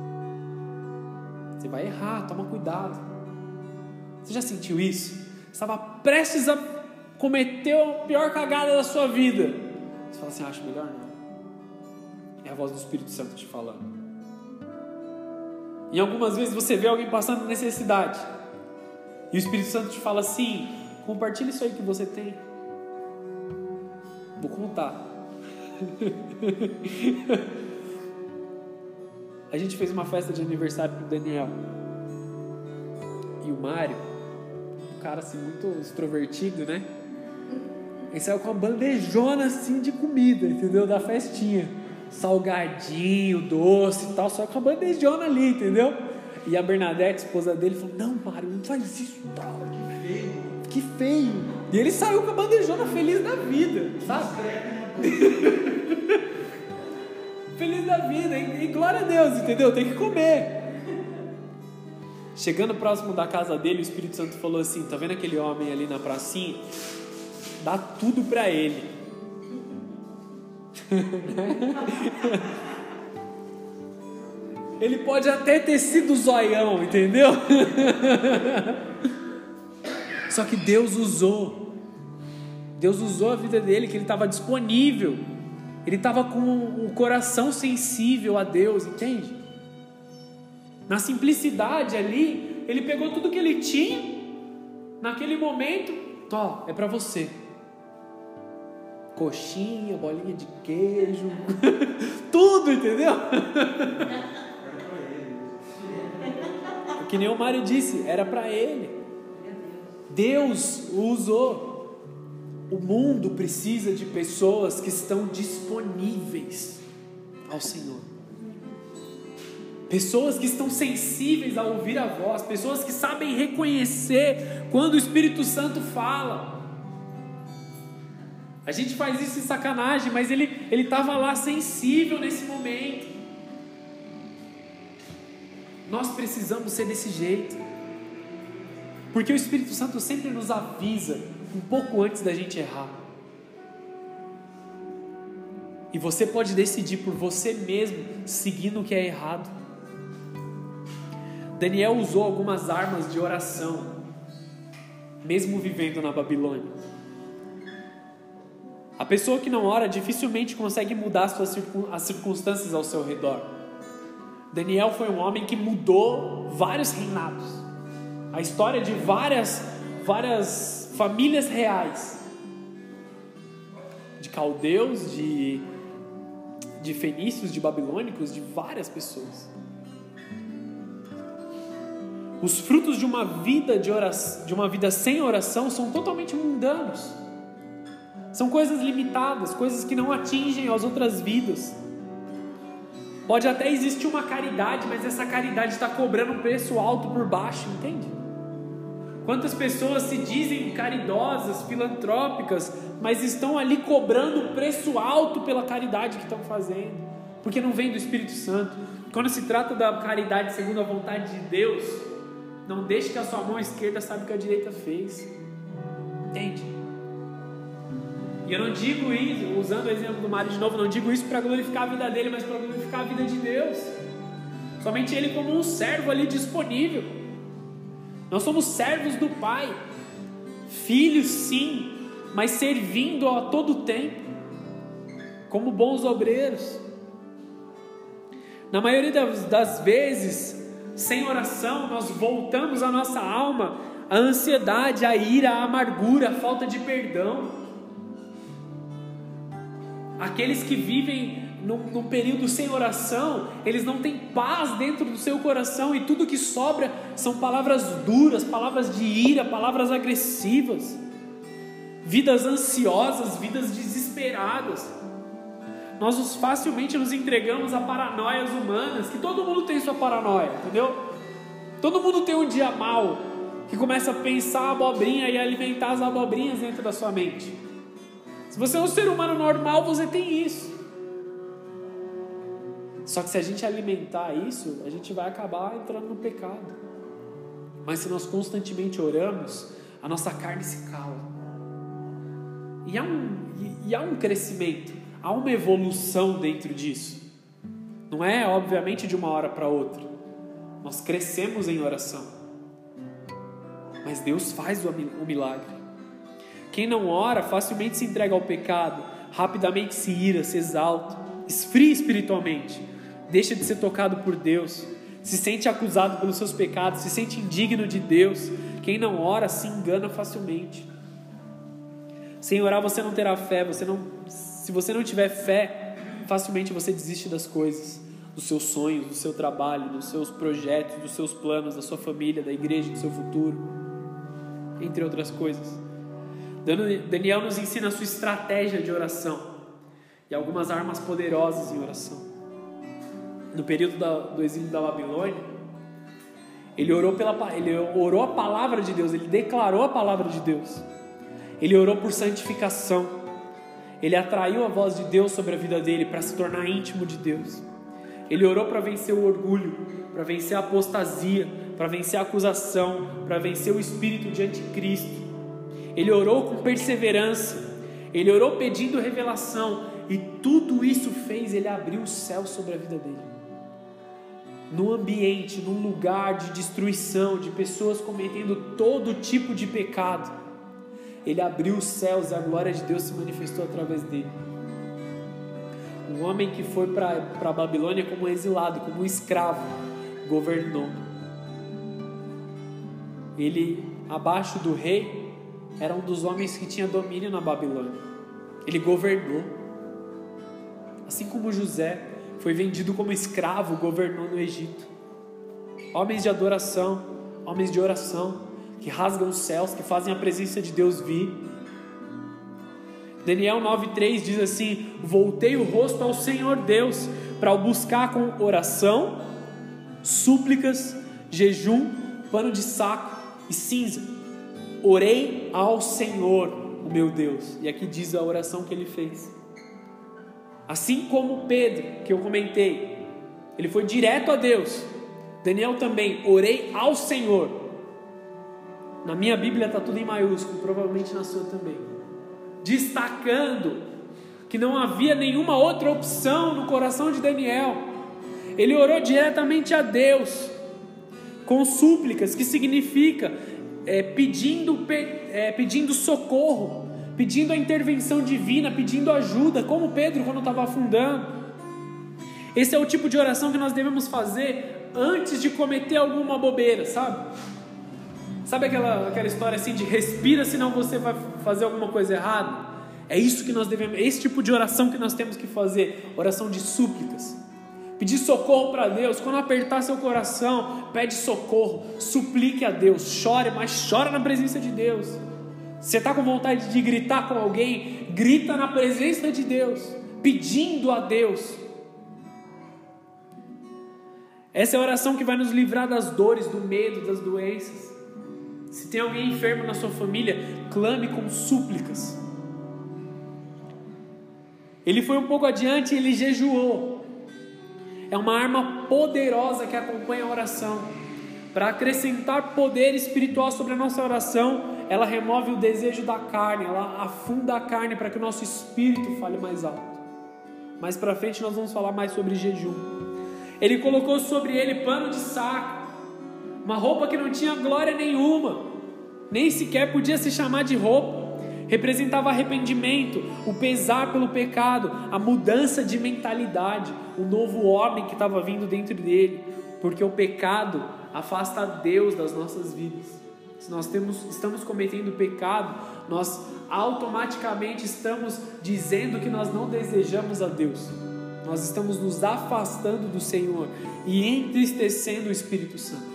você vai errar, toma cuidado. Você já sentiu isso? Você estava prestes a cometer a pior cagada da sua vida, você fala assim: acho melhor não. É a voz do Espírito Santo te falando. E algumas vezes você vê alguém passando necessidade e o Espírito Santo te fala assim: compartilha isso aí que você tem. Vou contar. A gente fez uma festa de aniversário pro Daniel. E o Mário, um cara assim muito extrovertido, né? Ele saiu com uma bandejona assim de comida, entendeu? Da festinha. Salgadinho, doce e tal, só com a bandejona ali, entendeu? E a Bernadette, esposa dele, falou: não, Mário, não faz isso, tal. Que feio. Que feio. E ele saiu com a bandejona feliz da vida, sabe? Feliz da vida, e, e glória a Deus, entendeu? Tem que comer. Chegando próximo da casa dele, o Espírito Santo falou assim: tá vendo aquele homem ali na pracinha? Dá tudo pra ele. ele pode até ter sido zoião, entendeu? Só que Deus usou, Deus usou a vida dele, que ele estava disponível, ele estava com o coração sensível a Deus, entende? Na simplicidade ali, ele pegou tudo que ele tinha, naquele momento, ó, é para você. Coxinha, bolinha de queijo, tudo, entendeu? Que nem o Mário disse, era para ele. Deus o usou. O mundo precisa de pessoas que estão disponíveis ao Senhor. Pessoas que estão sensíveis a ouvir a voz, pessoas que sabem reconhecer quando o Espírito Santo fala. A gente faz isso em sacanagem, mas ele ele estava lá sensível nesse momento. Nós precisamos ser desse jeito, porque o Espírito Santo sempre nos avisa um pouco antes da gente errar. E você pode decidir por você mesmo seguir no que é errado. Daniel usou algumas armas de oração, mesmo vivendo na Babilônia. A pessoa que não ora dificilmente consegue mudar as circunstâncias ao seu redor. Daniel foi um homem que mudou vários reinados, a história de várias, várias famílias reais, de caldeus, de, de fenícios, de babilônicos, de várias pessoas. Os frutos de uma vida de oração, de uma vida sem oração, são totalmente mundanos. São coisas limitadas, coisas que não atingem as outras vidas. Pode até existir uma caridade, mas essa caridade está cobrando um preço alto por baixo, entende? Quantas pessoas se dizem caridosas, filantrópicas, mas estão ali cobrando um preço alto pela caridade que estão fazendo, porque não vem do Espírito Santo. Quando se trata da caridade segundo a vontade de Deus, não deixe que a sua mão esquerda saiba o que a direita fez, entende? E eu não digo isso, usando o exemplo do Mário de novo, não digo isso para glorificar a vida dele, mas para glorificar a vida de Deus. Somente ele como um servo ali disponível. Nós somos servos do Pai, filhos sim, mas servindo a todo tempo, como bons obreiros. Na maioria das, das vezes, sem oração, nós voltamos a nossa alma à ansiedade, à ira, à amargura, à falta de perdão. Aqueles que vivem num, num período sem oração, eles não têm paz dentro do seu coração, e tudo que sobra são palavras duras, palavras de ira, palavras agressivas, vidas ansiosas, vidas desesperadas. Nós facilmente nos entregamos a paranoias humanas, que todo mundo tem sua paranoia, entendeu? Todo mundo tem um dia mau, que começa a pensar abobrinha e alimentar as abobrinhas dentro da sua mente. Se você é um ser humano normal, você tem isso. Só que se a gente alimentar isso, a gente vai acabar entrando no pecado. Mas se nós constantemente oramos, a nossa carne se cala. E há um, e há um crescimento, há uma evolução dentro disso. Não é, obviamente, de uma hora para outra. Nós crescemos em oração. Mas Deus faz o milagre. Quem não ora facilmente se entrega ao pecado, rapidamente se ira, se exalta, esfria espiritualmente, deixa de ser tocado por Deus, se sente acusado pelos seus pecados, se sente indigno de Deus. Quem não ora se engana facilmente. Sem orar você não terá fé, você não, se você não tiver fé, facilmente você desiste das coisas, dos seus sonhos, do seu trabalho, dos seus projetos, dos seus planos, da sua família, da igreja, do seu futuro, entre outras coisas. Daniel nos ensina a sua estratégia de oração e algumas armas poderosas em oração. No período da, do exílio da Babilônia, ele orou, pela, ele orou a palavra de Deus, ele declarou a palavra de Deus, ele orou por santificação, ele atraiu a voz de Deus sobre a vida dele para se tornar íntimo de Deus. Ele orou para vencer o orgulho, para vencer a apostasia, para vencer a acusação, para vencer o espírito de anticristo. Ele orou com perseverança, ele orou pedindo revelação, e tudo isso fez ele abrir o céu sobre a vida dele. num ambiente, num lugar de destruição, de pessoas cometendo todo tipo de pecado, ele abriu os céus e a glória de Deus se manifestou através dele. Um homem que foi para a Babilônia como exilado, como um escravo, governou. Ele, abaixo do rei, era um dos homens que tinha domínio na Babilônia. Ele governou. Assim como José foi vendido como escravo, governou no Egito. Homens de adoração, homens de oração, que rasgam os céus, que fazem a presença de Deus vir. Daniel nove três diz assim: voltei o rosto ao Senhor Deus, para o buscar com oração, súplicas, jejum, pano de saco e cinza. Orei ao Senhor, o meu Deus. E aqui diz a oração que ele fez. Assim como Pedro, que eu comentei, ele foi direto a Deus. Daniel também: orei ao Senhor. Na minha Bíblia está tudo em maiúsculo, provavelmente na sua também, destacando que não havia nenhuma outra opção no coração de Daniel. Ele orou diretamente a Deus, com súplicas, que significa é, pedindo, é, pedindo socorro, pedindo a intervenção divina, pedindo ajuda, como Pedro quando estava afundando. Esse é o tipo de oração que nós devemos fazer antes de cometer alguma bobeira, sabe? Sabe aquela, aquela história assim de respira, senão você vai fazer alguma coisa errada? É isso que nós devemos, é esse tipo de oração que nós temos que fazer, oração de súplicas. Pedir socorro para Deus. Quando apertar seu coração, pede socorro, suplique a Deus, chore, mas chora na presença de Deus. Você está com vontade de gritar com alguém, grita na presença de Deus, pedindo a Deus. Essa é a oração que vai nos livrar das dores, do medo, das doenças. Se tem alguém enfermo na sua família, clame com súplicas. Ele foi um pouco adiante e ele jejuou. É uma arma poderosa que acompanha a oração. Para acrescentar poder espiritual sobre a nossa oração, ela remove o desejo da carne, ela afunda a carne para que o nosso espírito fale mais alto. Mais para frente nós vamos falar mais sobre jejum. Ele colocou sobre ele pano de saco, uma roupa que não tinha glória nenhuma, nem sequer podia se chamar de roupa. Representava arrependimento, o pesar pelo pecado, a mudança de mentalidade, o novo homem que estava vindo dentro dele, porque o pecado afasta Deus das nossas vidas. Se nós temos, estamos cometendo pecado, nós automaticamente estamos dizendo que nós não desejamos a Deus. Nós estamos nos afastando do Senhor e entristecendo o Espírito Santo.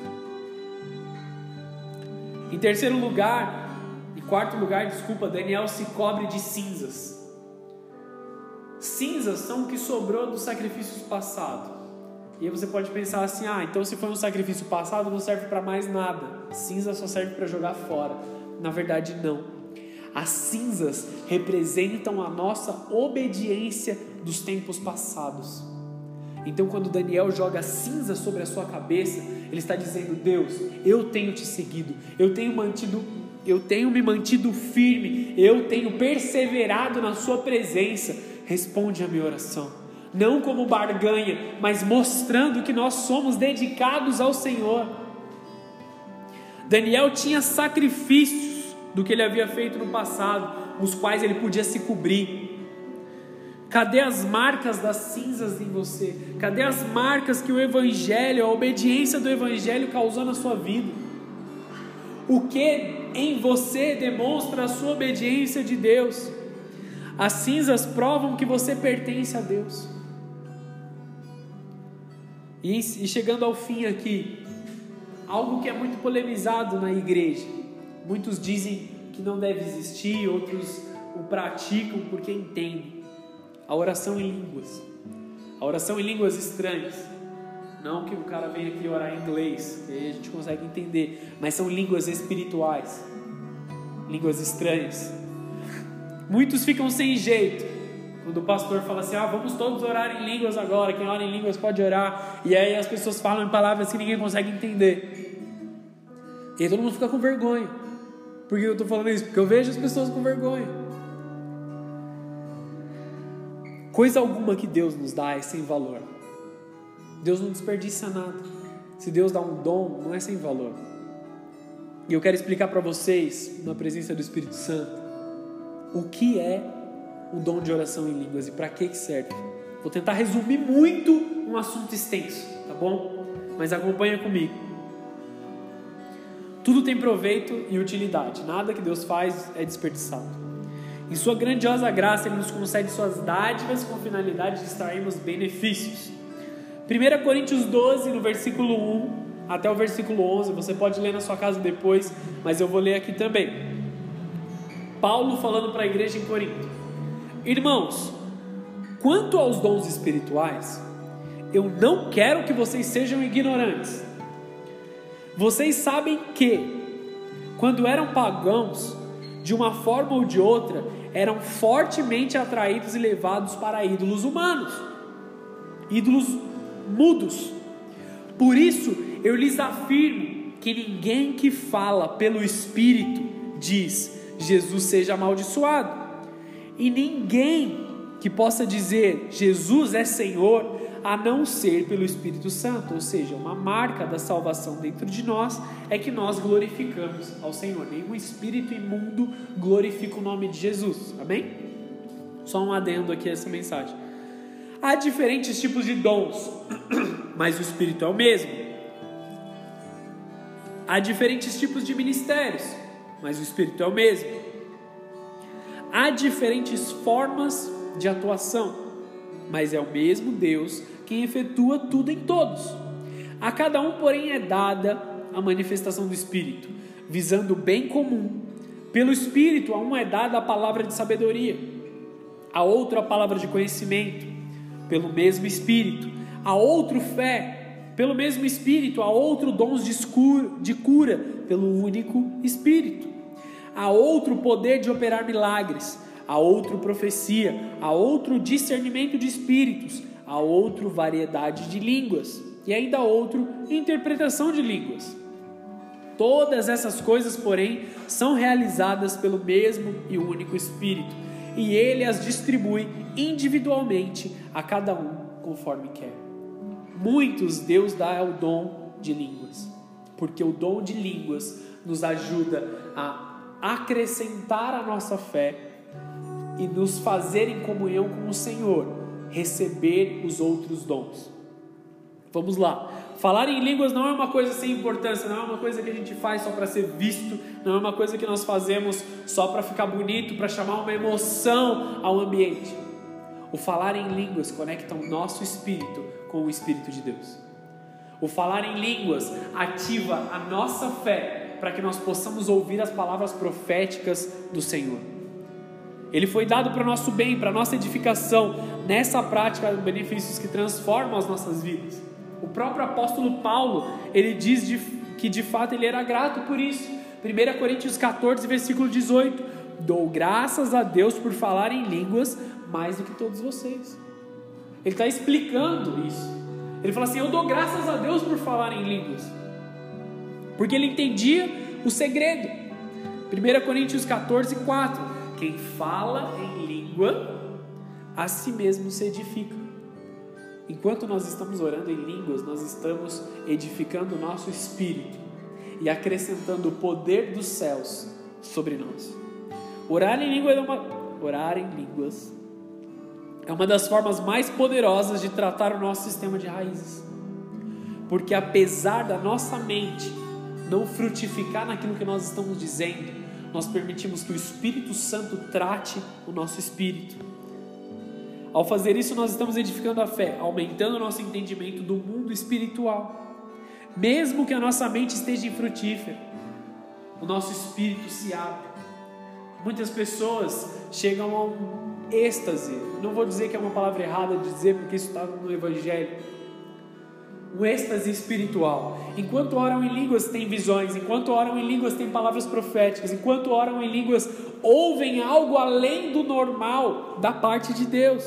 Em terceiro lugar, em quarto lugar, desculpa, Daniel se cobre de cinzas. Cinzas são o que sobrou dos sacrifícios passados. E aí você pode pensar assim: ah, então se foi um sacrifício passado não serve para mais nada. Cinza só serve para jogar fora. Na verdade não. As cinzas representam a nossa obediência dos tempos passados. Então quando Daniel joga cinza sobre a sua cabeça, ele está dizendo: Deus, eu tenho te seguido, eu tenho mantido, eu tenho me mantido firme, eu tenho perseverado na sua presença. Responde a minha oração, não como barganha, mas mostrando que nós somos dedicados ao Senhor. Daniel tinha sacrifícios do que ele havia feito no passado, os quais ele podia se cobrir. Cadê as marcas das cinzas em você? Cadê as marcas que o Evangelho, a obediência do Evangelho causou na sua vida? O que em você demonstra a sua obediência de Deus? As cinzas provam que você pertence a Deus. E, e chegando ao fim aqui, algo que é muito polemizado na igreja. Muitos dizem que não deve existir, outros o praticam porque entendem. A oração em línguas. A oração em línguas estranhas. Não que o cara venha aqui orar em inglês, que aí a gente consegue entender, mas são línguas espirituais, línguas estranhas. Muitos ficam sem jeito quando o pastor fala assim: ah, vamos todos orar em línguas agora, quem ora em línguas pode orar. E aí as pessoas falam em palavras que ninguém consegue entender. E aí todo mundo fica com vergonha. Por que eu estou falando isso? Porque eu vejo as pessoas com vergonha. Coisa alguma que Deus nos dá é sem valor. Deus não desperdiça nada. Se Deus dá um dom, não é sem valor. E eu quero explicar para vocês, na presença do Espírito Santo, o que é o dom de oração em línguas e para que que serve. Vou tentar resumir muito um assunto extenso, tá bom? Mas acompanha comigo. Tudo tem proveito e utilidade. Nada que Deus faz é desperdiçado. Em sua grandiosa graça, Ele nos concede suas dádivas com a finalidade de extrairmos benefícios. primeira Coríntios doze, no versículo um até o versículo onze, você pode ler na sua casa depois, mas eu vou ler aqui também. Paulo falando para a igreja em Corinto: irmãos, quanto aos dons espirituais, eu não quero que vocês sejam ignorantes. Vocês sabem que, quando eram pagãos, de uma forma ou de outra, eram fortemente atraídos e levados para ídolos humanos, ídolos mudos. Por isso, eu lhes afirmo que ninguém que fala pelo Espírito diz: Jesus seja amaldiçoado. E ninguém que possa dizer Jesus é Senhor, a não ser pelo Espírito Santo. Ou seja, uma marca da salvação dentro de nós é que nós glorificamos ao Senhor. Nenhum espírito imundo glorifica o nome de Jesus, amém? Só um adendo aqui a essa mensagem. Há diferentes tipos de dons, mas o Espírito é o mesmo. Há diferentes tipos de ministérios, mas o Espírito é o mesmo. Há diferentes formas de atuação, mas é o mesmo Deus quem efetua tudo em todos. A cada um, porém, é dada a manifestação do Espírito, visando o bem comum. Pelo Espírito, a um é dada a palavra de sabedoria, a outro a palavra de conhecimento, pelo mesmo Espírito, a outro fé, pelo mesmo Espírito, a outro dons de, escuro, de cura, pelo único Espírito, a outro poder de operar milagres, a outro profecia, a outro discernimento de espíritos, a outro variedade de línguas, e ainda a outro interpretação de línguas. Todas essas coisas, porém, são realizadas pelo mesmo e único Espírito, e Ele as distribui individualmente a cada um conforme quer. Muitos Deus dá o dom de línguas, porque o dom de línguas nos ajuda a acrescentar a nossa fé e nos fazer em comunhão com o Senhor, receber os outros dons. Vamos lá. Falar em línguas não é uma coisa sem importância, não é uma coisa que a gente faz só para ser visto, não é uma coisa que nós fazemos só para ficar bonito, para chamar uma emoção ao ambiente. O falar em línguas conecta o nosso espírito com o Espírito de Deus. O falar em línguas ativa a nossa fé para que nós possamos ouvir as palavras proféticas do Senhor. Ele foi dado para o nosso bem, para a nossa edificação. Nessa prática, benefícios que transformam as nossas vidas. O próprio apóstolo Paulo, ele diz de, que de fato ele era grato por isso. primeira Coríntios catorze, versículo dezoito: dou graças a Deus por falar em línguas mais do que todos vocês. Ele está explicando isso. Ele fala assim: eu dou graças a Deus por falar em línguas, porque ele entendia o segredo. primeira Coríntios catorze, quatro: quem fala em língua, a si mesmo se edifica. Enquanto nós estamos orando em línguas, nós estamos edificando o nosso espírito e acrescentando o poder dos céus sobre nós. Orar em língua é uma... Orar em línguas é uma das formas mais poderosas de tratar o nosso sistema de raízes, porque apesar da nossa mente não frutificar naquilo que nós estamos dizendo, nós permitimos que o Espírito Santo trate o nosso espírito. Ao fazer isso, nós estamos edificando a fé, aumentando o nosso entendimento do mundo espiritual. Mesmo que a nossa mente esteja infrutífera, o nosso espírito se abre. Muitas pessoas chegam a um êxtase. Não vou dizer que é uma palavra errada de dizer, porque isso está no Evangelho. Um êxtase espiritual. Enquanto oram em línguas, tem visões. Enquanto oram em línguas, tem palavras proféticas. Enquanto oram em línguas, ouvem algo além do normal da parte de Deus.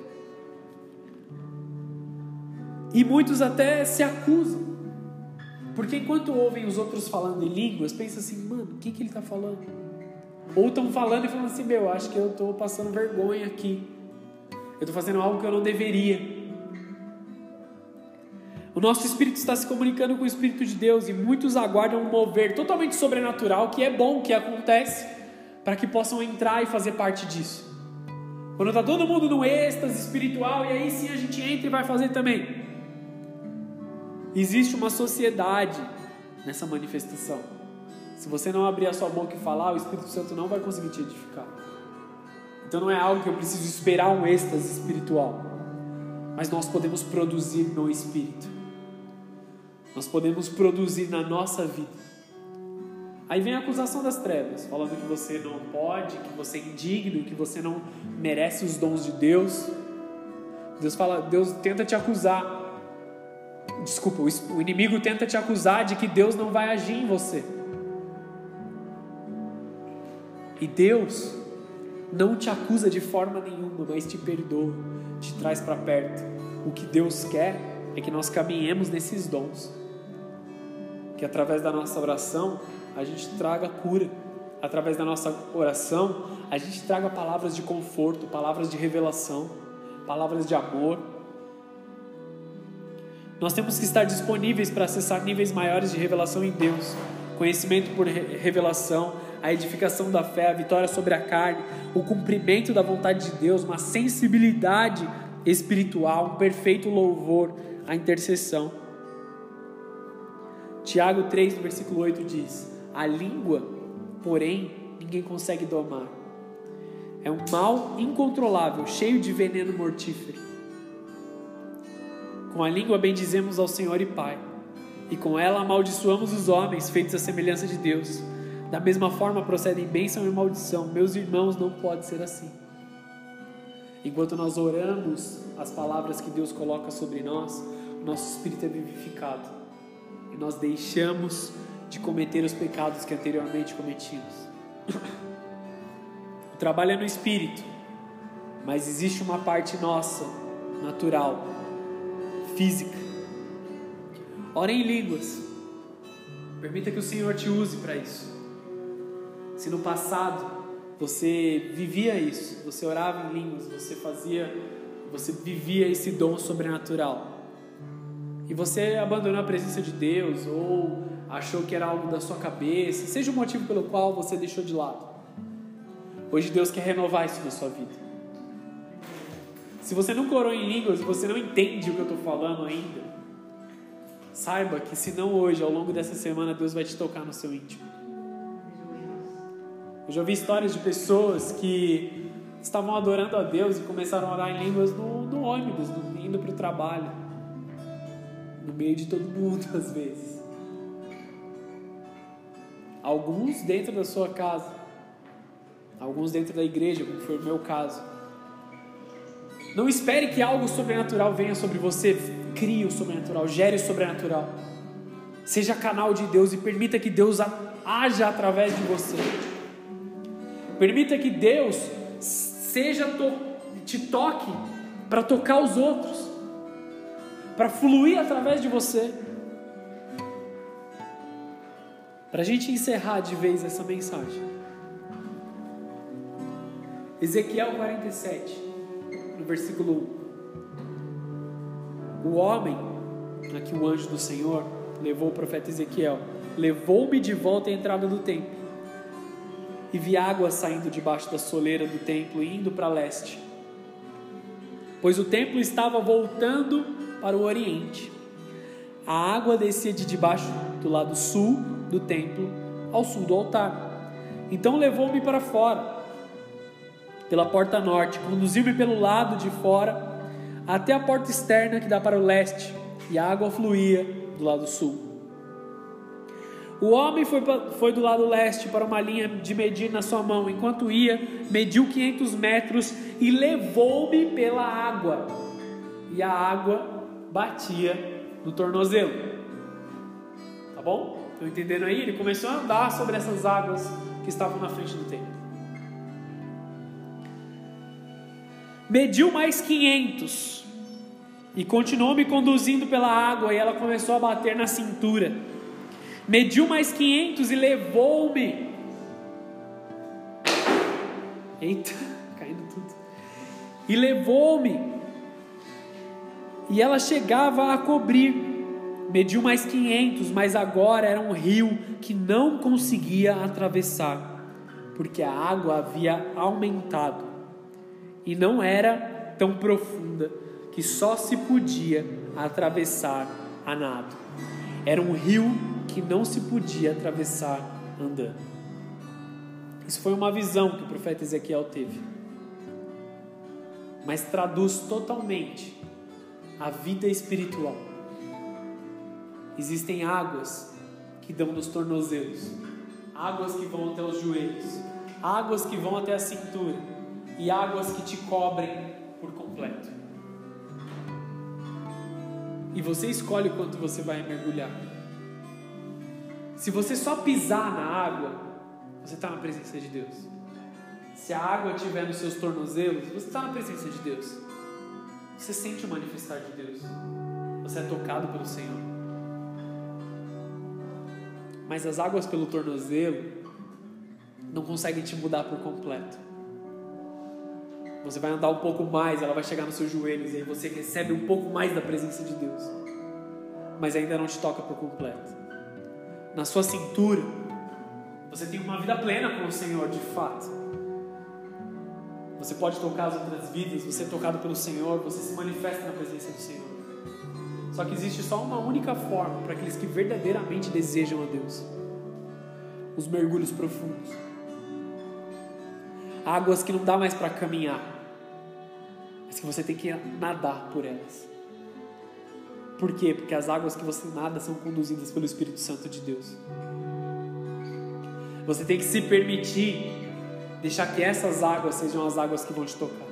E muitos até se acusam, porque enquanto ouvem os outros falando em línguas, pensam assim: mano, o que, que ele está falando? Ou estão falando e falando assim: meu, acho que eu estou passando vergonha aqui, eu estou fazendo algo que eu não deveria. O nosso espírito está se comunicando com o Espírito de Deus e muitos aguardam um mover totalmente sobrenatural, que é bom, que acontece, para que possam entrar e fazer parte disso. Quando está todo mundo no êxtase espiritual, e aí sim a gente entra e vai fazer também. Existe uma sociedade nessa manifestação. Se você não abrir a sua boca e falar, o Espírito Santo não vai conseguir te edificar. Então não é algo que eu preciso esperar um êxtase espiritual, mas nós podemos produzir no Espírito. Nós podemos produzir na nossa vida. Aí vem a acusação das trevas, falando que você não pode, que você é indigno, que você não merece os dons de Deus. Deus fala, Deus tenta te acusar. Desculpa, o inimigo tenta te acusar de que Deus não vai agir em você. E Deus não te acusa de forma nenhuma, mas te perdoa, te traz para perto. O que Deus quer é que nós caminhemos nesses dons, que através da nossa oração a gente traga cura, através da nossa oração a gente traga palavras de conforto, palavras de revelação, palavras de amor. Nós temos que estar disponíveis para acessar níveis maiores de revelação em Deus, conhecimento por revelação, a edificação da fé, a vitória sobre a carne, o cumprimento da vontade de Deus, uma sensibilidade espiritual, um perfeito louvor, a intercessão. Tiago três, no versículo oito diz: a língua, porém, ninguém consegue domar. É um mal incontrolável, cheio de veneno mortífero. Com a língua bendizemos ao Senhor e Pai, e com ela amaldiçoamos os homens, feitos à semelhança de Deus. Da mesma forma procedem bênção e maldição. Meus irmãos, não pode ser assim. Enquanto nós oramos as palavras que Deus coloca sobre nós, o nosso espírito é vivificado, e nós deixamos de cometer os pecados que anteriormente cometimos. O trabalho é no espírito, mas existe uma parte nossa, natural, física. Ore em línguas. Permita que o Senhor te use para isso. Se no passado você vivia isso, você orava em línguas, você fazia, você vivia esse dom sobrenatural, e você abandonou a presença de Deus, ou achou que era algo da sua cabeça, seja o motivo pelo qual você deixou de lado, hoje Deus quer renovar isso na sua vida. Se você nunca orou em línguas e você não entende o que eu estou falando ainda, saiba que se não hoje, ao longo dessa semana, Deus vai te tocar no seu íntimo. Eu já ouvi histórias de pessoas que estavam adorando a Deus e começaram a orar em línguas no, no ônibus, no, indo para o trabalho, no meio de todo mundo às vezes. Alguns dentro da sua casa, alguns dentro da igreja, como foi o meu caso. Não espere que algo sobrenatural venha sobre você. Crie o sobrenatural, gere o sobrenatural. Seja canal de Deus e permita que Deus haja através de você. Permita que Deus seja to- te toque para tocar os outros, para fluir através de você. Para a gente encerrar de vez essa mensagem, Ezequiel quarenta e sete, no versículo um. O homem, aqui o anjo do Senhor, levou o profeta Ezequiel, levou-me de volta à entrada do templo, e vi água saindo debaixo da soleira do templo e indo para leste, pois o templo estava voltando para o oriente. A água descia de debaixo do lado sul do templo ao sul do altar. Então levou-me para fora, pela porta norte, conduziu-me pelo lado de fora até a porta externa que dá para o leste, e a água fluía do lado sul. O homem foi, foi do lado leste para uma linha de medir na sua mão. Enquanto ia, mediu quinhentos metros e levou-me pela água. E a água batia no tornozelo. Tá bom? Estão entendendo aí? Ele começou a andar sobre essas águas que estavam na frente do templo. Mediu mais quinhentos e continuou me conduzindo pela água, e ela começou a bater na cintura. Mediu mais quinhentos e levou-me. Eita, caindo tudo. E levou-me. E ela chegava a cobrir mediu mais quinhentos, mas agora era um rio que não conseguia atravessar, porque a água havia aumentado e não era tão profunda que só se podia atravessar a nado. Era um rio que não se podia atravessar andando. Isso foi uma visão que o profeta Ezequiel teve, mas traduz totalmente a vida espiritual. Existem águas que dão nos tornozelos, águas que vão até os joelhos, águas que vão até a cintura e águas que te cobrem por completo. E você escolhe o quanto você vai mergulhar. Se você só pisar na água, você está na presença de Deus. Se a água estiver nos seus tornozelos, você está na presença de Deus. Você sente o manifestar de Deus. Você é tocado pelo Senhor. Mas as águas pelo tornozelo não conseguem te mudar por completo. Você vai andar um pouco mais, ela vai chegar nos seus joelhos e aí você recebe um pouco mais da presença de Deus. Mas ainda não te toca por completo. Na sua cintura, você tem uma vida plena com o Senhor, de fato. Você pode tocar as outras vidas, você é tocado pelo Senhor, você se manifesta na presença do Senhor. Só que existe só uma única forma para aqueles que verdadeiramente desejam a Deus: os mergulhos profundos. Águas que não dá mais para caminhar, mas que você tem que nadar por elas. Por quê? Porque as águas que você nada são conduzidas pelo Espírito Santo de Deus. Você tem que se permitir deixar que essas águas sejam as águas que vão te tocar.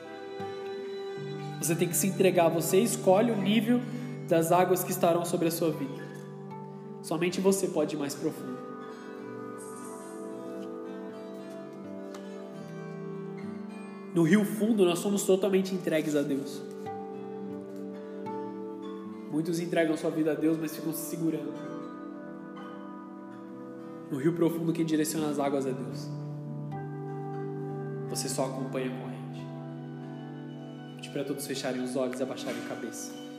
Você tem que se entregar. Você escolhe o nível das águas que estarão sobre a sua vida. Somente você pode ir mais profundo. No rio fundo nós somos totalmente entregues a Deus. Muitos entregam sua vida a Deus, mas ficam se segurando. No rio profundo, quem direciona as águas é Deus. Você só acompanha a corrente. Vou pedir para todos fecharem os olhos e abaixarem a cabeça.